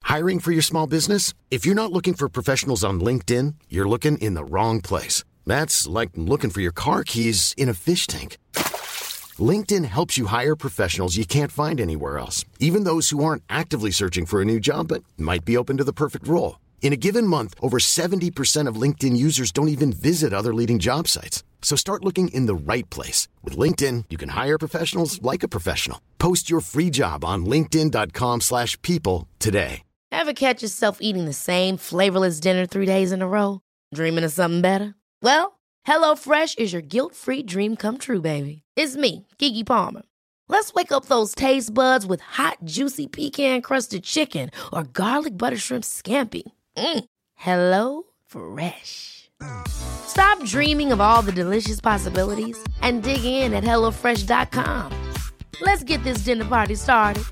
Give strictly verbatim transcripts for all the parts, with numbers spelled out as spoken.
Hiring for your small business? If you're not looking for professionals on LinkedIn, you're looking in the wrong place. That's like looking for your car keys in a fish tank. LinkedIn helps you hire professionals you can't find anywhere else, even those who aren't actively searching for a new job but might be open to the perfect role. In a given month, over seventy percent of LinkedIn users don't even visit other leading job sites. So start looking in the right place. With LinkedIn, you can hire professionals like a professional. Post your free job on linkedin dot com slash people today. Ever catch yourself eating the same flavorless dinner three days in a row? Dreaming of something better? Well, HelloFresh is your guilt-free dream come true, baby. It's me, Keke Palmer. Let's wake up those taste buds with hot, juicy pecan-crusted chicken or garlic butter shrimp scampi. Mm. Hello Fresh. Stop dreaming of all the delicious possibilities and dig in at hello fresh dot com. Let's get this dinner party started.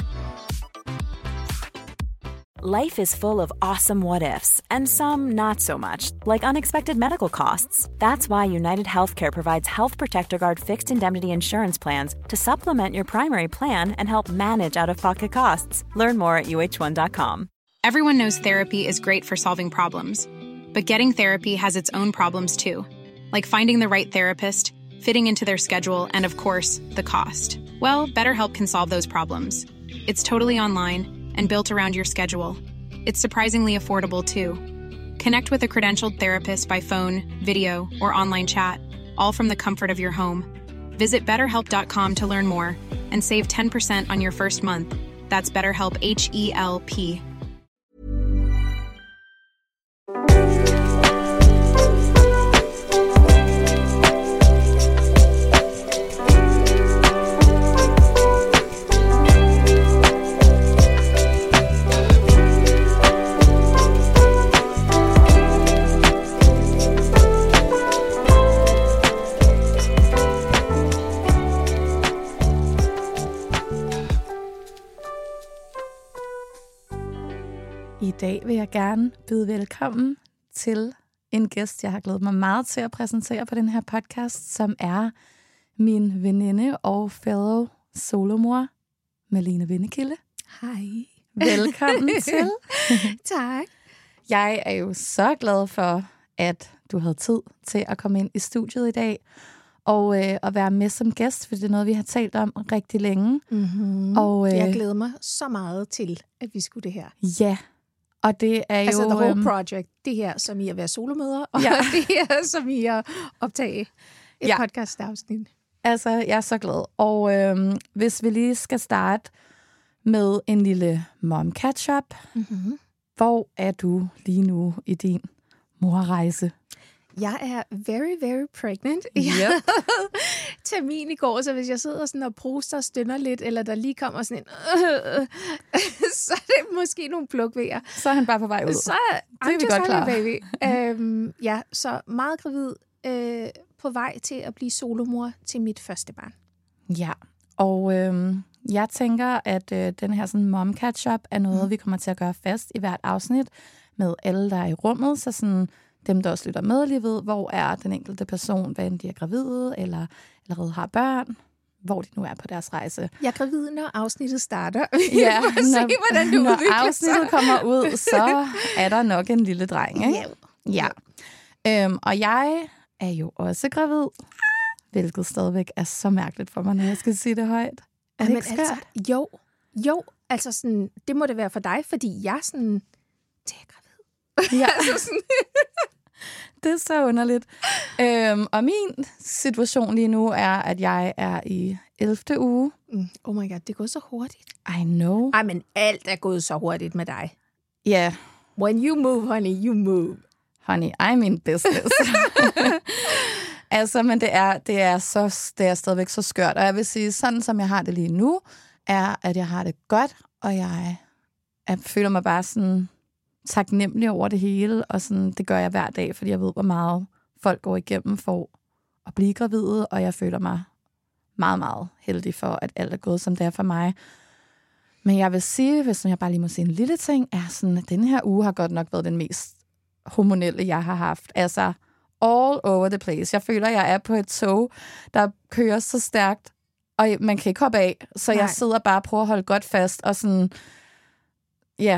Life is full of awesome what-ifs, and some not so much, like unexpected medical costs. That's why United Healthcare provides Health Protector Guard fixed indemnity insurance plans to supplement your primary plan and help manage out-of-pocket costs. Learn more at U H one dot com. Everyone knows therapy is great for solving problems, but getting therapy has its own problems too, like finding the right therapist, fitting into their schedule, and of course, the cost. Well, BetterHelp can solve those problems. It's totally online and built around your schedule. It's surprisingly affordable, too. Connect with a credentialed therapist by phone, video, or online chat, all from the comfort of your home. Visit better help dot com to learn more and save ten percent on your first month. That's BetterHelp, H E L P. I dag vil jeg gerne byde velkommen til en gæst, jeg har glædet mig meget til at præsentere på den her podcast, som er min veninde og fellow solomor, Malene Vindekilde. Hej. Velkommen til. Tak. Jeg er jo så glad for, at du havde tid til at komme ind i studiet i dag og øh, at være med som gæst, for det er noget, vi har talt om rigtig længe. Mm-hmm. Og, øh, jeg glæder mig så meget til, at vi skulle det her. Ja, og det er altså, jo... Altså the whole øhm, project. Det her, som I at være solomøder, og ja. det her, som I at optage et ja. podcast-afsnit. Altså, jeg er så glad. Og øhm, hvis vi lige skal starte med en lille mom catch-up. Mm-hmm. Hvor er du lige nu i din morrejse? Jeg er very, very pregnant. Yep. Jeg havde termin i går, så hvis jeg sidder sådan og proster og stønner lidt, eller der lige kommer sådan en, øh, så er det måske nogle plukvejer. Så er han bare på vej ud. Så det er vi godt klar. Baby. øhm, ja, så meget gravid, øh, på vej til at blive solomor til mit første barn. Ja, og øhm, jeg tænker, at øh, den her sådan mom catch-up er noget, mm. vi kommer til at gøre fast i hvert afsnit med alle, der er i rummet, så sådan dem, der også lytter med, lige ved, hvor er den enkelte person, hvad end de er gravide, eller allerede har børn, hvor de nu er på deres rejse. Jeg er gravid, når afsnittet starter. Ja, når, se, hvordan det når afsnittet kommer ud, så er der nok en lille dreng, ikke? Ja. ja. Øhm, og jeg er jo også gravid, hvilket stadigvæk er så mærkeligt for mig, når jeg skal sige det højt. Er det Jamen, ikke skørt? altså, jo, jo, altså sådan, det må det være for dig, fordi jeg sådan, det er gravid. Ja. altså sådan. Det er så underligt. Øhm, og min situation lige nu er, at jeg er i ellevte uge. Mm. Oh my god, det går så hurtigt. I know. Ej, men alt er gået så hurtigt med dig. Ja. Yeah. When you move, honey, you move. Honey, I'm in business. altså, men det er, det, er så, det er stadigvæk så skørt. Og jeg vil sige, sådan som jeg har det lige nu, er, at jeg har det godt, og jeg, jeg føler mig bare sådan taknemmelig over det hele, og sådan, det gør jeg hver dag, fordi jeg ved, hvor meget folk går igennem for at blive gravide, og jeg føler mig meget, meget heldig for, at alt er gået, som det er for mig. Men jeg vil sige, hvis jeg bare lige må sige en lille ting, er sådan, at den her uge har godt nok været den mest hormonelle, jeg har haft. Altså, all over the place. Jeg føler, jeg er på et tog, der kører så stærkt, og man kan ikke hoppe af, så Nej. Jeg sidder bare og prøver at holde godt fast, og sådan, ja,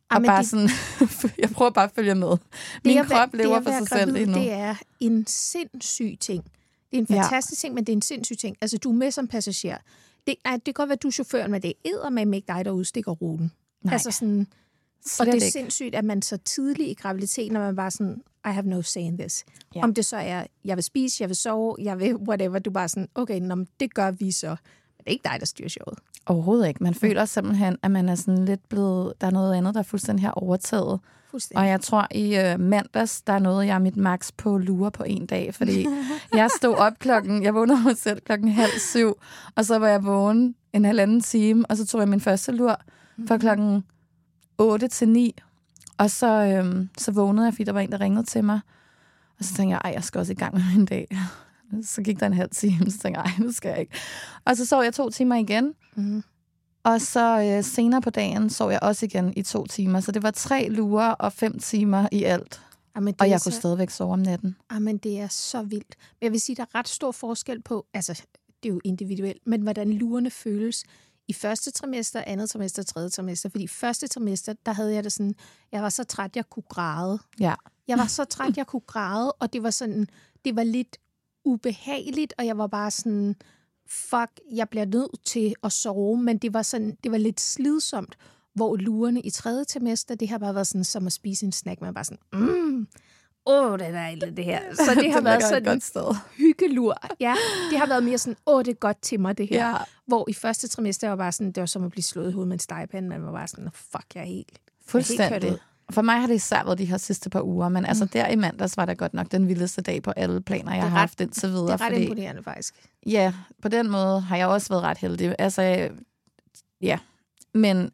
og bare sådan, jeg prøver bare at følge med. Min krop lever for sig selv lige nu. Det er en sindssyg ting. Det er en fantastisk ja. ting, men det er en sindssyg ting. Altså, du er med som passager. Det, er, det kan godt være, du er chaufføren, men det er eddermame ikke dig, der udstikker ruten. Nej. Altså sådan, og det er ikke. Sindssygt, at man så tidligt i graviditeten, når man bare sådan, I have no say in this. Ja. Om det så er, jeg vil spise, jeg vil sove, jeg vil whatever, du bare sådan, okay, nå, det gør vi så. Men det er ikke dig, der styrer showet. Overhovedet ikke. Man føler simpelthen, at man er sådan lidt blevet, der er noget andet, der er fuldstændig her overtaget. Og jeg tror, i øh, mandags, der er noget, jeg er mit max på lure på en dag, fordi jeg stod op klokken, jeg vågnede mig selv klokken halv syv, og så var jeg vågen en halvanden time, og så tog jeg min første lur fra klokken otte til ni, og så, øhm, så vågnede jeg, fordi der var en, der ringede til mig, og så tænkte jeg, ej, jeg skal også i gang med min dag. Så gik der en halv time, så tænkte jeg, ej, nu skal jeg ikke. Og så sov jeg to timer igen, mm. og så øh, senere på dagen sov jeg også igen i to timer. Så det var tre lurer og fem timer i alt. Jamen, og jeg så... kunne stadigvæk sove om natten. Jamen, det er så vildt. Men jeg vil sige, der er ret stor forskel på, altså, det er jo individuelt, men hvordan lurerne føles i første trimester, andet trimester, tredje trimester. Fordi første trimester, der havde jeg det sådan, jeg var så træt, jeg kunne græde. Ja. Jeg var så træt, jeg kunne græde, og det var sådan, det var lidt ubehageligt, og jeg var bare sådan, fuck, jeg bliver nødt til at sove, men det var sådan, det var lidt slidsomt, hvor lurerne i tredje trimester, det har bare været sådan, som at spise en snack, man bare sådan, mm, åh, det er dejligt, det her. Så det har været sådan en hyggelur. Ja, det har været mere sådan, åh, det er godt til mig, det her. Ja. Hvor i første trimester var bare sådan, det var som at blive slået i hovedet med en stegepande, man var bare sådan, fuck, jeg er helt, fuldstændig. Helt for mig har det især været de her sidste par uger, men mm. altså der i mandags var der godt nok den vildeste dag på alle planer, jeg har haft indtil videre. Det er ret fordi, imponerende, faktisk. Ja, på den måde har jeg også været ret heldig. Altså, ja. Men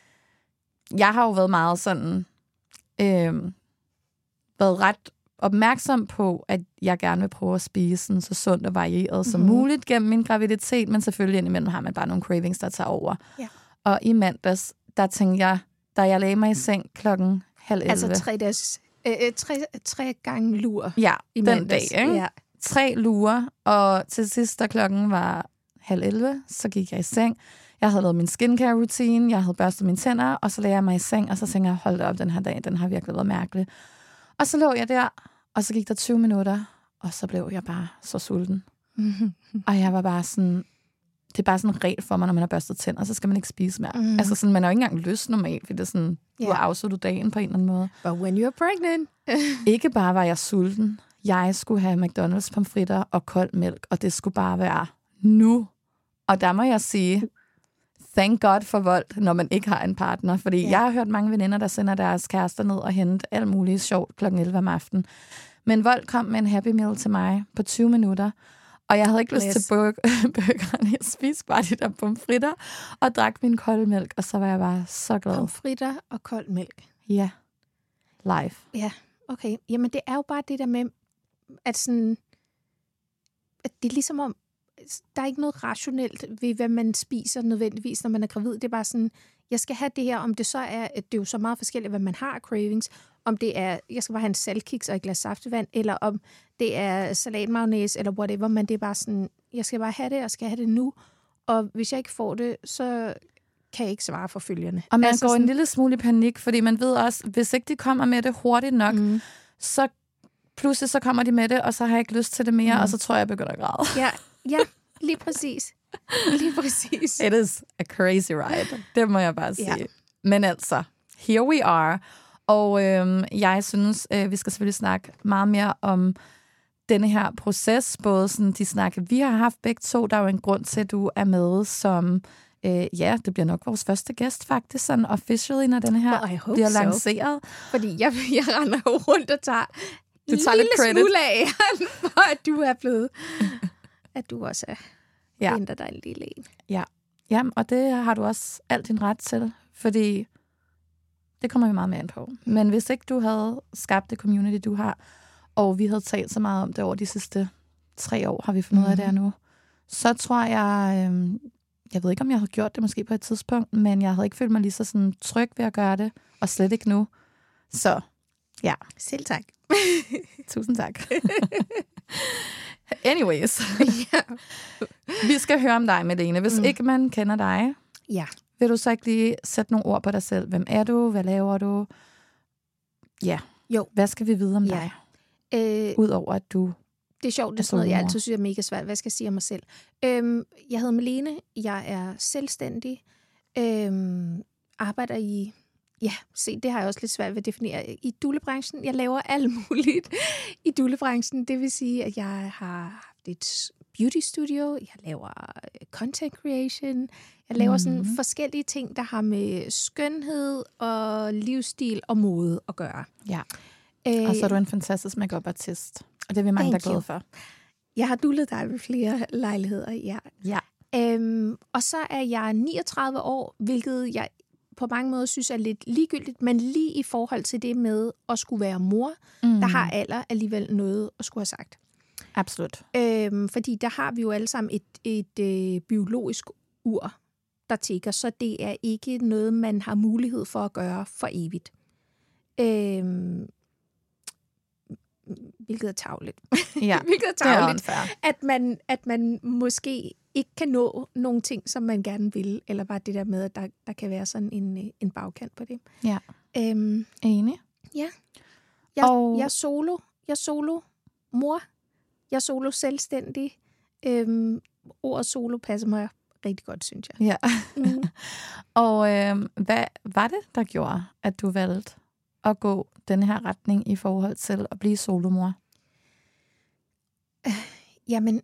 jeg har jo været meget sådan, øh, været ret opmærksom på, at jeg gerne vil prøve at spise sådan, så sundt og varieret mm. som muligt gennem min graviditet, men selvfølgelig indimellem har man bare nogle cravings, der tager over. Ja. Og i mandags, der tænkte jeg, da jeg lagde mig i seng klokken halv elleve. Altså tre, dags, øh, tre, tre gange lur. Ja, i den mandags. dag. Ikke? Ja. Tre lurer, og til sidst, da klokken var halv elleve, så gik jeg i seng. Jeg havde lavet min skincare-routine, jeg havde børstet mine tænder, og så lagde jeg mig i seng, og så tænkte jeg, hold op, den her dag, den har virkelig været mærkelig. Og så lå jeg der, og så gik der tyve minutter, og så blev jeg bare så sulten. Mm-hmm. Og jeg var bare sådan... Det er bare sådan en regel for mig, når man har børstet tænder, så skal man ikke spise mere. Mm. Altså sådan, man har jo ikke engang lyst normalt, fordi det er sådan, yeah. du har afsluttet dagen på en eller anden måde. But when you're pregnant. Ikke bare var jeg sulten. Jeg skulle have McDonald's pomfritter og kold mælk, og det skulle bare være nu. Og der må jeg sige, thank God for vold, når man ikke har en partner. Fordi yeah. jeg har hørt mange veninder, der sender deres kærester ned og hente alt muligt sjovt klokken elleve om aftenen. Men vold kom med en Happy Meal til mig på tyve minutter. Og jeg havde ikke lyst yes. til burgeren. Jeg spiste bare de der pomfritter og drak min kolde mælk, og så var jeg bare så glad. Pomfritter og kold mælk? Ja. Live. Ja, okay. Jamen, det er jo bare det der med, at sådan... At det er ligesom om... Der er ikke noget rationelt ved, hvad man spiser nødvendigvis, når man er gravid. Det er bare sådan, jeg skal have det her, om det så er... Det er jo så meget forskelligt, hvad man har af cravings. Om det er, jeg skal bare have en saltkiks og et glas saftevand, eller om det er salatmayonnaise, eller whatever, men det er bare sådan, jeg skal bare have det, og skal have det nu, og hvis jeg ikke får det, så kan jeg ikke svare for følgerne. Og man altså går sådan, en lille smule i panik, fordi man ved også, hvis ikke de kommer med det hurtigt nok, mm. så pludselig så kommer de med det, og så har jeg ikke lyst til det mere, mm. og så tror jeg, jeg begynder at græde. Ja, ja, lige præcis. Lige præcis. It is a crazy ride, det må jeg bare sige. Ja. Men altså, here we are. Og øh, jeg synes, øh, vi skal selvfølgelig snakke meget mere om denne her proces, både sådan de snakke, vi har haft begge to. Der er jo en grund til, at du er med som, øh, ja, det bliver nok vores første gæst faktisk, sådan officially, når denne her well, bliver so. lanceret. Fordi jeg, jeg render jo rundt og tager du tager lidt credit. Smule af, for at du er blevet, at du også er ja. ændrer dig en lille en. Ja, jamen, og det har du også alt din ret til, fordi... Det kommer vi meget mere ind på. Men hvis ikke du havde skabt det community, du har, og vi havde talt så meget om det over de sidste tre år, har vi fundet ud af det her nu, så tror jeg, øh, jeg ved ikke, om jeg havde gjort det måske på et tidspunkt, men jeg havde ikke følt mig lige så sådan tryg ved at gøre det, og slet ikke nu. Så, ja. Selv tak. Tusind tak. Anyways. Ja. Vi skal høre om dig, Malene. Hvis mm. ikke man kender dig, ja. Vil du så ikke lige sætte nogle ord på dig selv? Hvem er du? Hvad laver du? Ja. Jo. Hvad skal vi vide om Ja. dig? Øh, Udover at du... Det er sjovt, det er sådan noget, jeg altid synes er mega svært. Hvad skal jeg sige om mig selv? Øhm, jeg hedder Malene, jeg er selvstændig, øhm, arbejder i, ja, se, det har jeg også lidt svært ved at definere, i dullebranchen. Jeg laver alt muligt i dullebranchen. Det vil sige, at jeg har haft et beauty studio, jeg laver content creation, jeg laver sådan Mhm. forskellige ting, der har med skønhed og livsstil og mode at gøre. Ja. Øh, Og så er du en fantastisk make-up-artist. Og det er vi mange, der er Thank you. glade for. Jeg har dullet dig ved flere lejligheder, ja. Ja. Øhm, og så er jeg niogtredive år, hvilket jeg på mange måder synes er lidt ligegyldigt, men lige i forhold til det med at skulle være mor, Mm. der har alder alligevel noget at skulle have sagt. Absolut. Øhm, fordi der har vi jo alle sammen et, et øh, biologisk ur, der tikker, så det er ikke noget, man har mulighed for at gøre for evigt. Øhm, hvilket er tarveligt. Ja, hvilket er det er tarveligt. unfair. At man, at man måske ikke kan nå nogle ting, som man gerne vil, eller bare det der med, at der, der kan være sådan en, øh, en bagkant på det. Ja. Øhm, Enig. ja. Jeg, Og- jeg er solo. Jeg er solo mor. Jeg er solo selvstændig. Øhm, ordet solo passer mig rigtig godt, synes jeg. Ja. Mm. Og øh, hvad var det, der gjorde, at du valgte at gå den her retning i forhold til at blive solomor? Jamen,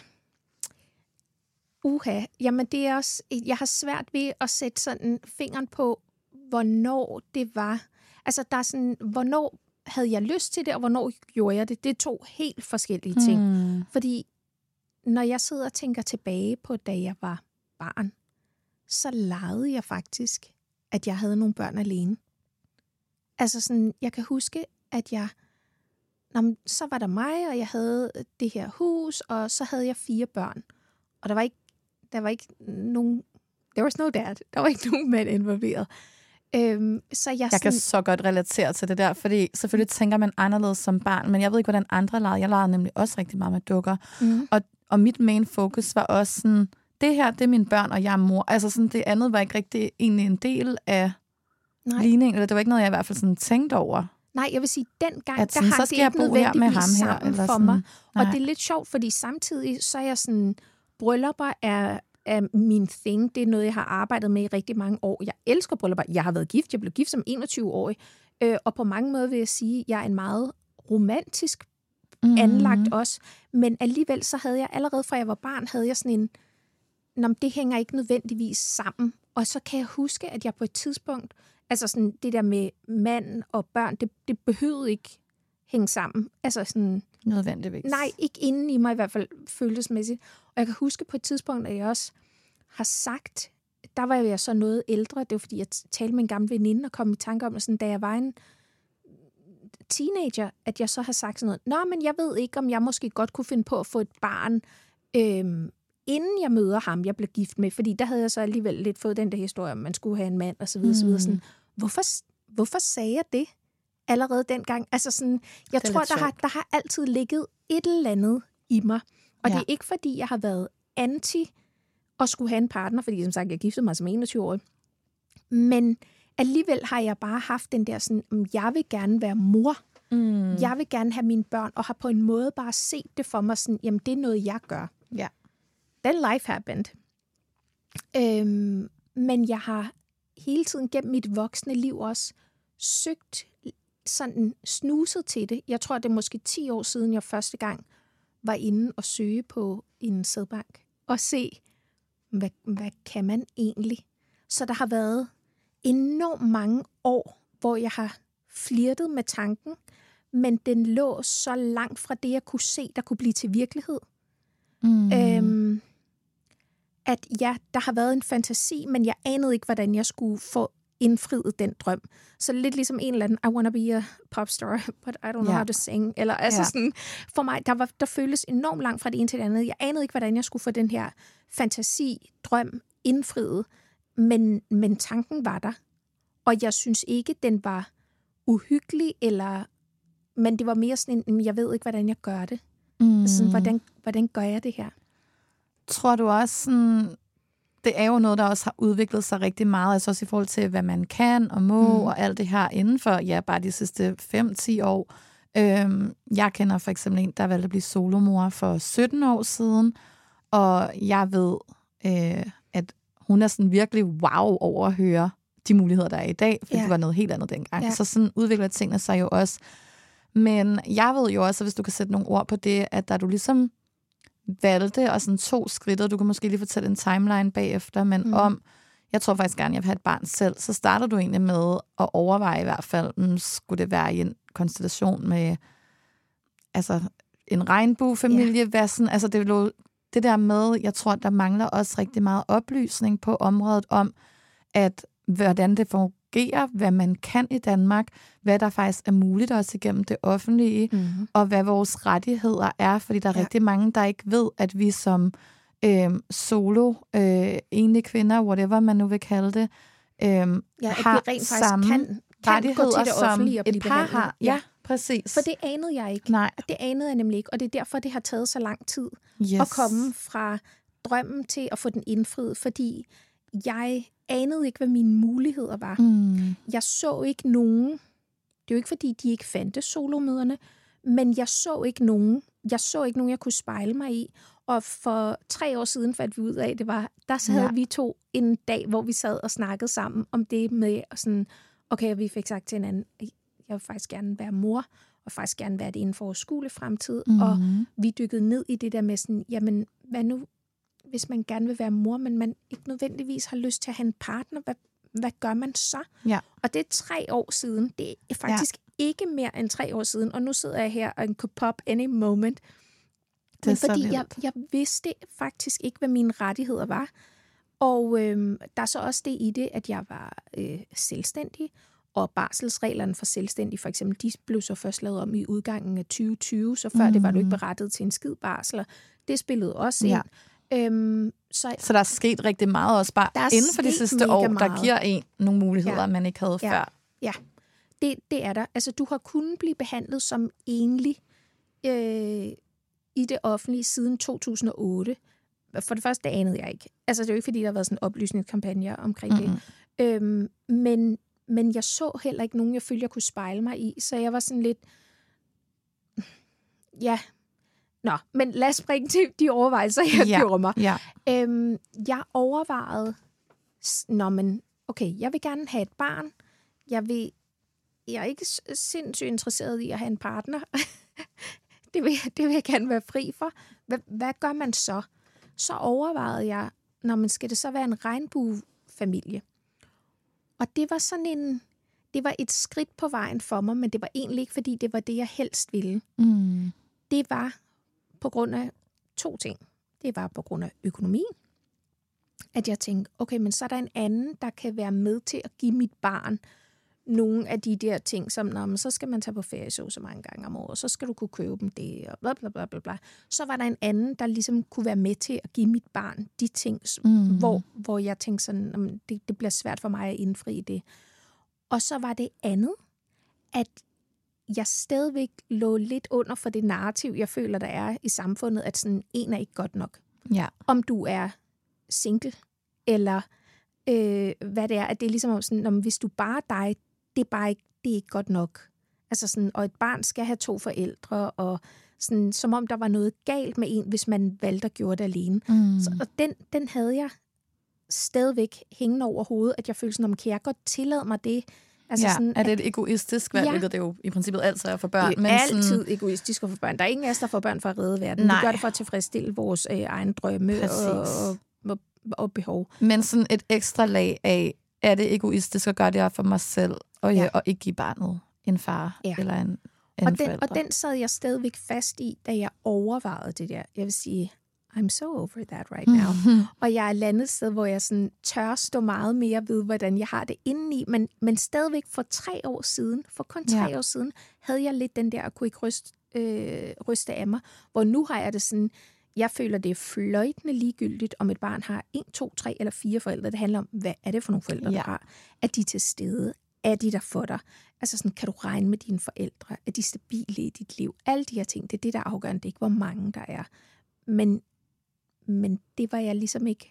uha. Jamen, det er også... Jeg har svært ved at sætte sådan fingeren på, hvornår det var. Altså, der er sådan... Hvornår havde jeg lyst til det, og hvornår gjorde jeg det? Det er to helt forskellige ting. Hmm. Fordi når jeg sidder og tænker tilbage på, da jeg var barn, så legede jeg faktisk, at jeg havde nogle børn alene. Altså sådan, jeg kan huske, at jeg... Nå, men så var der mig, og jeg havde det her hus, og så havde jeg fire børn. Og der var ikke, der var ikke nogen... There was no dad. Der var ikke nogen mand involveret. Øhm, så jeg, Jeg sådan, kan så godt relatere til det der, fordi selvfølgelig tænker man anderledes som barn, men jeg ved ikke, hvordan andre legede. Jeg legede nemlig også rigtig meget med dukker. Mm. Og, og mit main focus var også sådan, det her, det er mine børn, og jeg er mor. Altså sådan, det andet var ikke rigtig egentlig en del af Nej. ligningen, eller det var ikke noget, jeg i hvert fald sådan tænkte over. Nej, jeg vil sige, dengang, At der sådan, hang så det skal jeg ikke bo her med nødvendigvis ham her, sammen eller for sådan. mig. Og Nej. det er lidt sjovt, fordi samtidig så er jeg sådan, bryllupper er, er min thing. Det er noget, jeg har arbejdet med i rigtig mange år. Jeg elsker bryllupper. Jeg har været gift. Jeg blev gift som enogtyve-årig. Øh, og på mange måder vil jeg sige, at jeg er en meget romantisk Mm. anlagt også. Men alligevel så havde jeg allerede fra jeg var barn, havde jeg sådan en, nå, men det hænger ikke nødvendigvis sammen. Og så kan jeg huske, at jeg på et tidspunkt, altså sådan det der med mand og børn, det, det behøvede ikke hænge sammen. Altså sådan, Nødvendigvis. nej, ikke inden i mig i hvert fald følelsesmæssigt. Og jeg kan huske på et tidspunkt, at jeg også har sagt, der var jeg så noget ældre, det var fordi, jeg talte med en gammel veninde og kom i tanke om, at sådan, da jeg var en teenager, at jeg så har sagt sådan noget, nå, men jeg ved ikke, om jeg måske godt kunne finde på at få et barn, øhm, inden jeg møder ham, jeg blev gift med, fordi der havde jeg så alligevel lidt fået den der historie, om man skulle have en mand, og så videre, mm. så videre. Sådan, hvorfor, hvorfor sagde jeg det allerede dengang? Altså sådan, jeg Det er tror, lidt der har, sjovt. der har altid ligget et eller andet i mig, og Ja. det er ikke, fordi jeg har været anti at skulle have en partner, fordi som sagt, jeg giftede mig som enogtyve-årig, men alligevel har jeg bare haft den der sådan, "Mm, jeg vil gerne være mor. Mm. Jeg vil gerne have mine børn, og har på en måde bare set det for mig sådan, jamen det er noget, jeg gør. Ja. Then life happened. Øhm, men jeg har hele tiden gennem mit voksne liv også søgt, sådan snuset til det. Jeg tror, det er måske ti år siden, jeg første gang var inde og søge på en sædbank og se, hvad, hvad kan man egentlig? Så der har været enormt mange år, hvor jeg har flirtet med tanken, men den lå så langt fra det, jeg kunne se, der kunne blive til virkelighed. Mm. Øhm, at ja, der har været en fantasi, men jeg anede ikke, hvordan jeg skulle få indfriet den drøm. Så lidt ligesom en eller anden, I wanna be a popstar, but I don't know Ja. how to sing. Eller altså Ja. sådan, for mig, der, var, der føltes enormt langt fra det ene til det andet. Jeg anede ikke, hvordan jeg skulle få den her fantasi, drøm indfriet, men, men tanken var der. Og jeg synes ikke, den var uhyggelig, eller, men det var mere sådan en, jeg ved ikke, hvordan jeg gør det. Mm. Sådan, hvordan, hvordan gør jeg det her? Tror du også sådan, det er jo noget, der også har udviklet sig rigtig meget, altså også i forhold til, hvad man kan og må, mm. og alt det her inden for, ja, bare de sidste fem til ti år. Øhm, jeg kender for eksempel en, der valgte at blive solomor for sytten år siden, og jeg ved, øh, at hun er sådan virkelig wow over at høre de muligheder, der er i dag, for ja. det var noget helt andet dengang. Ja. Så sådan udvikler tingene sig jo også. Men jeg ved jo også, at hvis du kan sætte nogle ord på det, at der du ligesom valgte, og sådan to skridt, du kan måske lige fortælle en timeline bagefter, men mm. om, jeg tror faktisk gerne, jeg vil have et barn selv, så starter du egentlig med at overveje i hvert fald, mm, skulle det være i en konstellation med altså en regnbuefamilie, yeah. hvad sådan, altså det, lå, det der med, jeg tror, der mangler også rigtig meget oplysning på området om, at hvordan det fungerer, hvad man kan i Danmark, hvad der faktisk er muligt også igennem det offentlige, mm-hmm. og hvad vores rettigheder er, fordi der er ja. rigtig mange, der ikke ved, at vi som øh, solo, øh, enlige kvinder, whatever man nu vil kalde det, øh, ja, har rent samme kan, kan rettigheder, det som et par har. Ja, præcis. For det anede jeg ikke. Nej. Det anede jeg nemlig ikke, og det er derfor, det har taget så lang tid yes. at komme fra drømmen til at få den indfriet, fordi jeg anede ikke, hvad mine muligheder var. Mm. Jeg så ikke nogen, det er jo ikke, fordi de ikke fandtes solomøderne, men jeg så ikke nogen, jeg så ikke nogen, jeg kunne spejle mig i. Og for tre år siden fandt vi ud af, det var, der havde ja. vi to en dag, hvor vi sad og snakkede sammen om det med, sådan, okay, vi fik sagt til hinanden, jeg vil faktisk gerne være mor, og faktisk gerne være det inden for skolefremtid. Mm. Og vi dykkede ned i det der med sådan, jamen, hvad nu, hvis man gerne vil være mor, men man ikke nødvendigvis har lyst til at have en partner, hvad, hvad gør man så? Ja. Og det er tre år siden. Det er faktisk ja. ikke mere end tre år siden, og nu sidder jeg her og kan pop any moment. Det men fordi jeg, jeg vidste faktisk ikke, hvad mine rettigheder var. Og øhm, der er så også det i det, at jeg var øh, selvstændig, og barselsreglerne for selvstændige, for eksempel, de blev så først lavet om i udgangen af tyve tyve, så før mm. det var du ikke berettet til en skid barsel. Det spillede også ja. ind. Øhm, så, så der er sket rigtig meget også bare inden for de sidste år, meget. der giver en nogle muligheder, ja. man ikke havde ja. før. Ja, det, det er der. Altså, du har kunnet blive behandlet som enlig øh, i det offentlige siden to tusind og otte. For det første, det anede jeg ikke. Altså, det er jo ikke, fordi der har været sådan en oplysningskampagne omkring mm-hmm. det. Øhm, men, men jeg så heller ikke nogen, jeg følte, jeg kunne spejle mig i. Så jeg var sådan lidt... Ja... Nå, men lad os springe til de overvejelser, jeg ja, gjorde mig. Ja. Øhm, jeg overvejede, nå, men okay, jeg vil gerne have et barn. Jeg, vil, jeg er ikke sindssygt interesseret i at have en partner. det, vil, det vil jeg gerne være fri for. Hvad, hvad gør man så? Så overvejede jeg, nå, men skal det så være en regnbuefamilie? Og det var sådan en... Det var et skridt på vejen for mig, men det var egentlig ikke, fordi det var det, jeg helst ville. Mm. Det var... på grund af to ting. Det var på grund af økonomien. At jeg tænkte, okay, men så er der en anden, der kan være med til at give mit barn nogle af de der ting, som, nå, men så skal man tage på ferie så, så mange gange om året, så skal du kunne købe dem det, og bla, bla, bla, bla, bla. Så var der en anden, der ligesom kunne være med til at give mit barn de ting, mm. hvor, hvor jeg tænkte sådan, det, det bliver svært for mig at indfri det. Og så var det andet, at jeg stadigvæk lå lidt under for det narrativ, jeg føler, der er i samfundet, at sådan en er ikke godt nok. Ja. Om du er single, eller øh, hvad det er, at det er ligesom sådan, om hvis du bare er dig, det er bare ikke, det er ikke godt nok. Altså sådan, og et barn skal have to forældre, og sådan, som om der var noget galt med en, hvis man valgte at gøre det alene. Mm. Så, og den, den havde jeg stadigvæk hængende over hovedet, at jeg følte sådan, om kan jeg godt tillade mig det? Altså ja, sådan, er det et egoistisk valg, ja, hvilket det jo i princippet altid er for børn. Det er men altid sådan, egoistisk at få børn. Der er ingen af os, der får børn for at redde verden. Nej. Vi gør det for at tilfredsstille vores øh, egen drømme og, og, og, og behov. Men sådan et ekstra lag af, er det egoistisk at gøre det for mig selv, og, ja. og ikke give barnet en far ja. eller en, en og den, forældre. Og den sad jeg stadigvæk fast i, da jeg overvejede det der. Jeg vil sige, I'm so over that right now. Mm-hmm. Og jeg er landet et sted, hvor jeg sådan tør stå meget mere ved, hvordan jeg har det indeni. Men, men stadigvæk for tre år siden, for kun tre ja. år siden, havde jeg lidt den der, at kunne ikke ryste, øh, ryste af mig. Hvor nu har jeg det sådan, jeg føler, det er fløjtende ligegyldigt, om et barn har en, to, tre eller fire forældre. Det handler om, hvad er det for nogle forældre, ja. der har? Er de til stede? Er de der for dig? Altså sådan, kan du regne med dine forældre? Er de stabile i dit liv? Alle de her ting, det er det, der er afgørende. Det er ikke, hvor mange der er. Men Men det var jeg ligesom ikke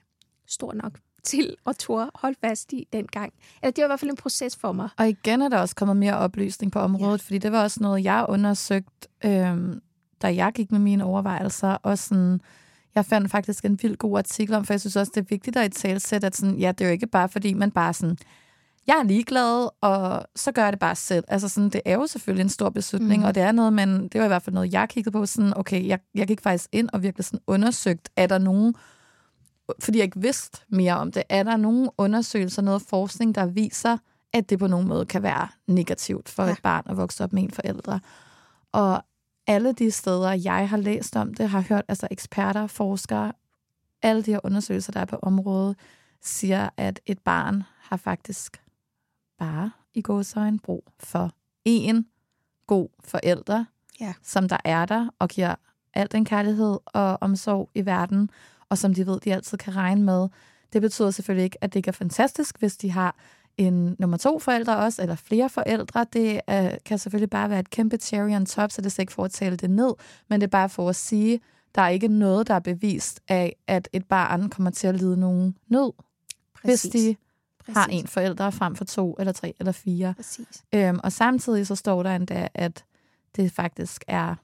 stor nok til at turde holde fast i dengang. Eller det var i hvert fald en proces for mig. Og igen er der også kommet mere oplysning på området, ja. Fordi det var også noget, jeg undersøgte, øhm, da jeg gik med mine overvejelser. Og sådan, jeg fandt faktisk en vildt god artikel om, for jeg synes også, det er vigtigt at italesætte, at sådan, ja, det er jo ikke bare, fordi man bare sådan, jeg er ligeglad, og så gør jeg det bare selv. Altså sådan, det er jo selvfølgelig en stor beslutning, mm. og det er noget, men det var i hvert fald noget, jeg kiggede på, sådan, okay, jeg, jeg gik faktisk ind og virkelig sådan undersøgt, er der nogen, fordi jeg ikke vidste mere om det, er der nogen undersøgelser, noget forskning, der viser, at det på nogen måde kan være negativt for ja. et barn at vokse op med en forældre. Og alle de steder, jeg har læst om det, har hørt, altså eksperter, forskere, alle de her undersøgelser, der er på området, siger, at et barn har faktisk bare i gåseøjne brug for en god forælder, ja. som der er der, og giver al den kærlighed og omsorg i verden, og som de ved, de altid kan regne med. Det betyder selvfølgelig ikke, at det ikke er fantastisk, hvis de har en nummer to forældre også, eller flere forældre. Det øh, kan selvfølgelig bare være et kæmpe cherry on top, så det er slet ikke for at tale det ned, men det er bare for at sige, der er ikke noget, der er bevist af, at et barn kommer til at lide nogen nød, Præcis. hvis de Præcis. har en forælder frem for to, eller tre, eller fire. Øhm, og samtidig så står der endda, at det faktisk er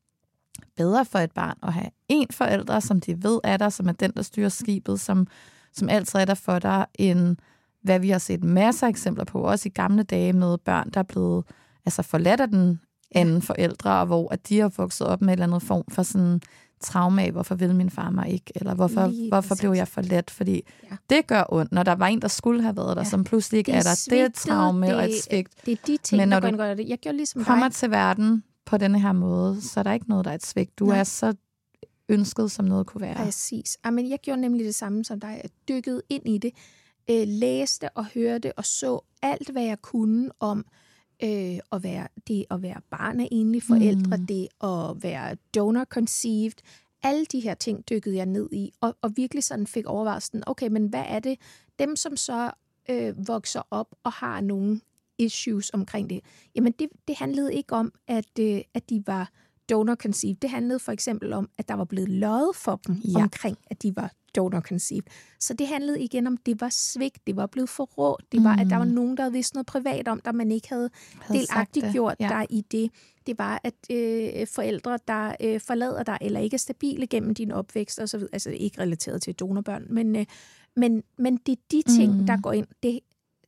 bedre for et barn at have en forælder, som de ved er der, som er den, der styrer skibet, som, som altid er der for dig, end hvad vi har set masser af eksempler på, også i gamle dage med børn, der er blevet altså forladt af den anden forældre, og hvor at de har vokset op med en eller anden form for sådan traume af, hvorfor vil min far mig ikke, eller hvorfor, hvorfor blev jeg forladt, fordi ja. det gør ondt, når der var en, der skulle have været der, ja. som pludselig ikke det er, er der. Det er et traume det, og et svigt. Det er de ting, men når der du gør det. Jeg gjorde ligesom kommer dig. til verden på denne her måde, så er der ikke noget, der er et svigt. Du Nej. er så ønsket, som noget kunne være. Præcis. Amen, jeg gjorde nemlig det samme som dig. Jeg dykkede ind i det, øh, læste og hørte og så alt, hvad jeg kunne om øh, at være, det at være barn af enlige forældre, mm. det at være donor conceived. Alle de her ting dykkede jeg ned i, og, og virkelig sådan fik overvejelsen, okay, men hvad er det? Dem, som så øh, vokser op og har nogle issues omkring det, jamen det, det handlede ikke om, at, øh, at de var donor conceived. Det handlede for eksempel om, at der var blevet løjet for dem ja. omkring, at de var donor conceived. Så det handlede igen om, det var svigt, det var blevet forrådt, det var, mm. at der var nogen, der havde vidst noget privat om, der man ikke havde, havde delagtigt gjort ja. der i det. Det var, at øh, forældre, der øh, forlader dig, eller ikke er stabile gennem din opvækst, og så videre, altså ikke relateret til donorbørn, men, øh, men, men det er de ting, mm. der går ind. Det,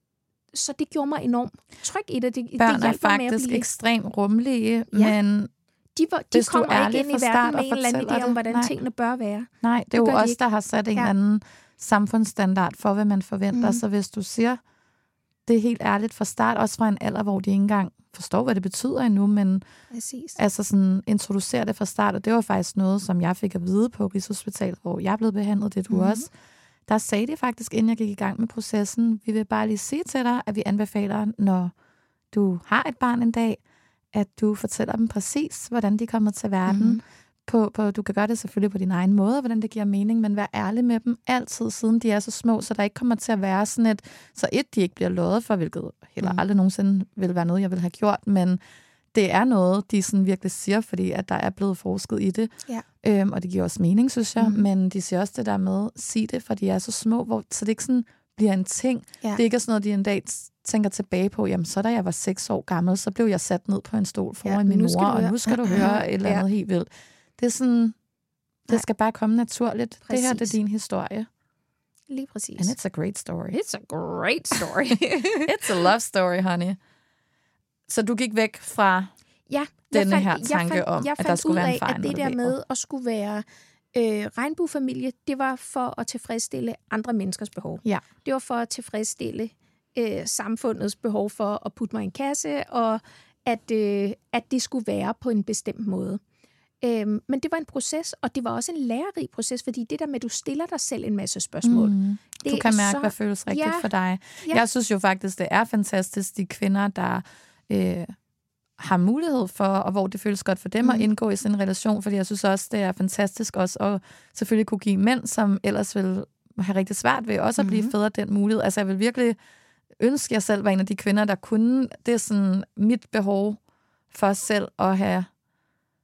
så det gjorde mig enormt tryg i det. det Børn det er faktisk blive... ekstremt rummelige, ja. men de, var, de kommer ikke ind i verden med en eller anden idé om, hvordan Nej. tingene bør være. Nej, det, det er jo os, der har sat en ja. anden samfundsstandard for, hvad man forventer. Mm. Så hvis du siger, det er helt ærligt fra start, også fra en alder, hvor de ikke engang forstår, hvad det betyder endnu, men Præcis. altså sådan, introducere det fra start, og det var faktisk noget, som jeg fik at vide på Rigshospitalet, hvor jeg blev behandlet, det du mm. også. Der sagde de faktisk, inden jeg gik i gang med processen, vi vil bare lige sige til dig, at vi anbefaler, når du har et barn en dag, at du fortæller dem præcis, hvordan de kommer til verden. Mm-hmm. På, på, du kan gøre det selvfølgelig på din egen måde, hvordan det giver mening, men vær ærlig med dem altid, siden de er så små, så der ikke kommer til at være sådan et, så et, de ikke bliver lovet for, hvilket heller aldrig nogensinde vil være noget, jeg vil have gjort, men det er noget, de sådan virkelig siger, fordi at der er blevet forsket i det. Ja. Øhm, og det giver også mening, synes jeg, mm-hmm. men de siger også det der med, sig det, for de er så små, hvor, så det ikke sådan bliver en ting. Ja. Det er ikke sådan noget, de en dag tænker tilbage på, jamen så da jeg var seks år gammel, så blev jeg sat ned på en stol foran ja, min mor, og nu skal du høre et eller andet ja. helt vildt. Det er sådan, det skal bare komme naturligt. Præcis. Det her, det er din historie. Lige præcis. And it's a great story. It's a great story. It's a love story, honey. Så du gik væk fra ja, denne fandt, her tanke fandt, om, at der skulle være en far, at det der med at skulle være øh, regnbuefamilie, det var for at tilfredsstille andre menneskers behov. Ja. Det var for at tilfredsstille øh, samfundets behov for at putte mig i en kasse, og at, øh, at det skulle være på en bestemt måde. Øhm, men det var en proces, og det var også en lærerig proces, fordi det der med, at du stiller dig selv en masse spørgsmål. Mm. Du kan mærke, så hvad føles rigtigt ja, for dig. Ja. Jeg synes jo faktisk, det er fantastisk, de kvinder, der øh, har mulighed for, og hvor det føles godt for dem mm. at indgå i sådan en relation, fordi jeg synes også, det er fantastisk også at selvfølgelig kunne give mænd, som ellers vil have rigtig svært ved, også at blive mm. fædre den mulighed. Altså jeg vil virkelig ønske, at jeg selv var en af de kvinder, der kunne. Det er sådan mit behov for selv at have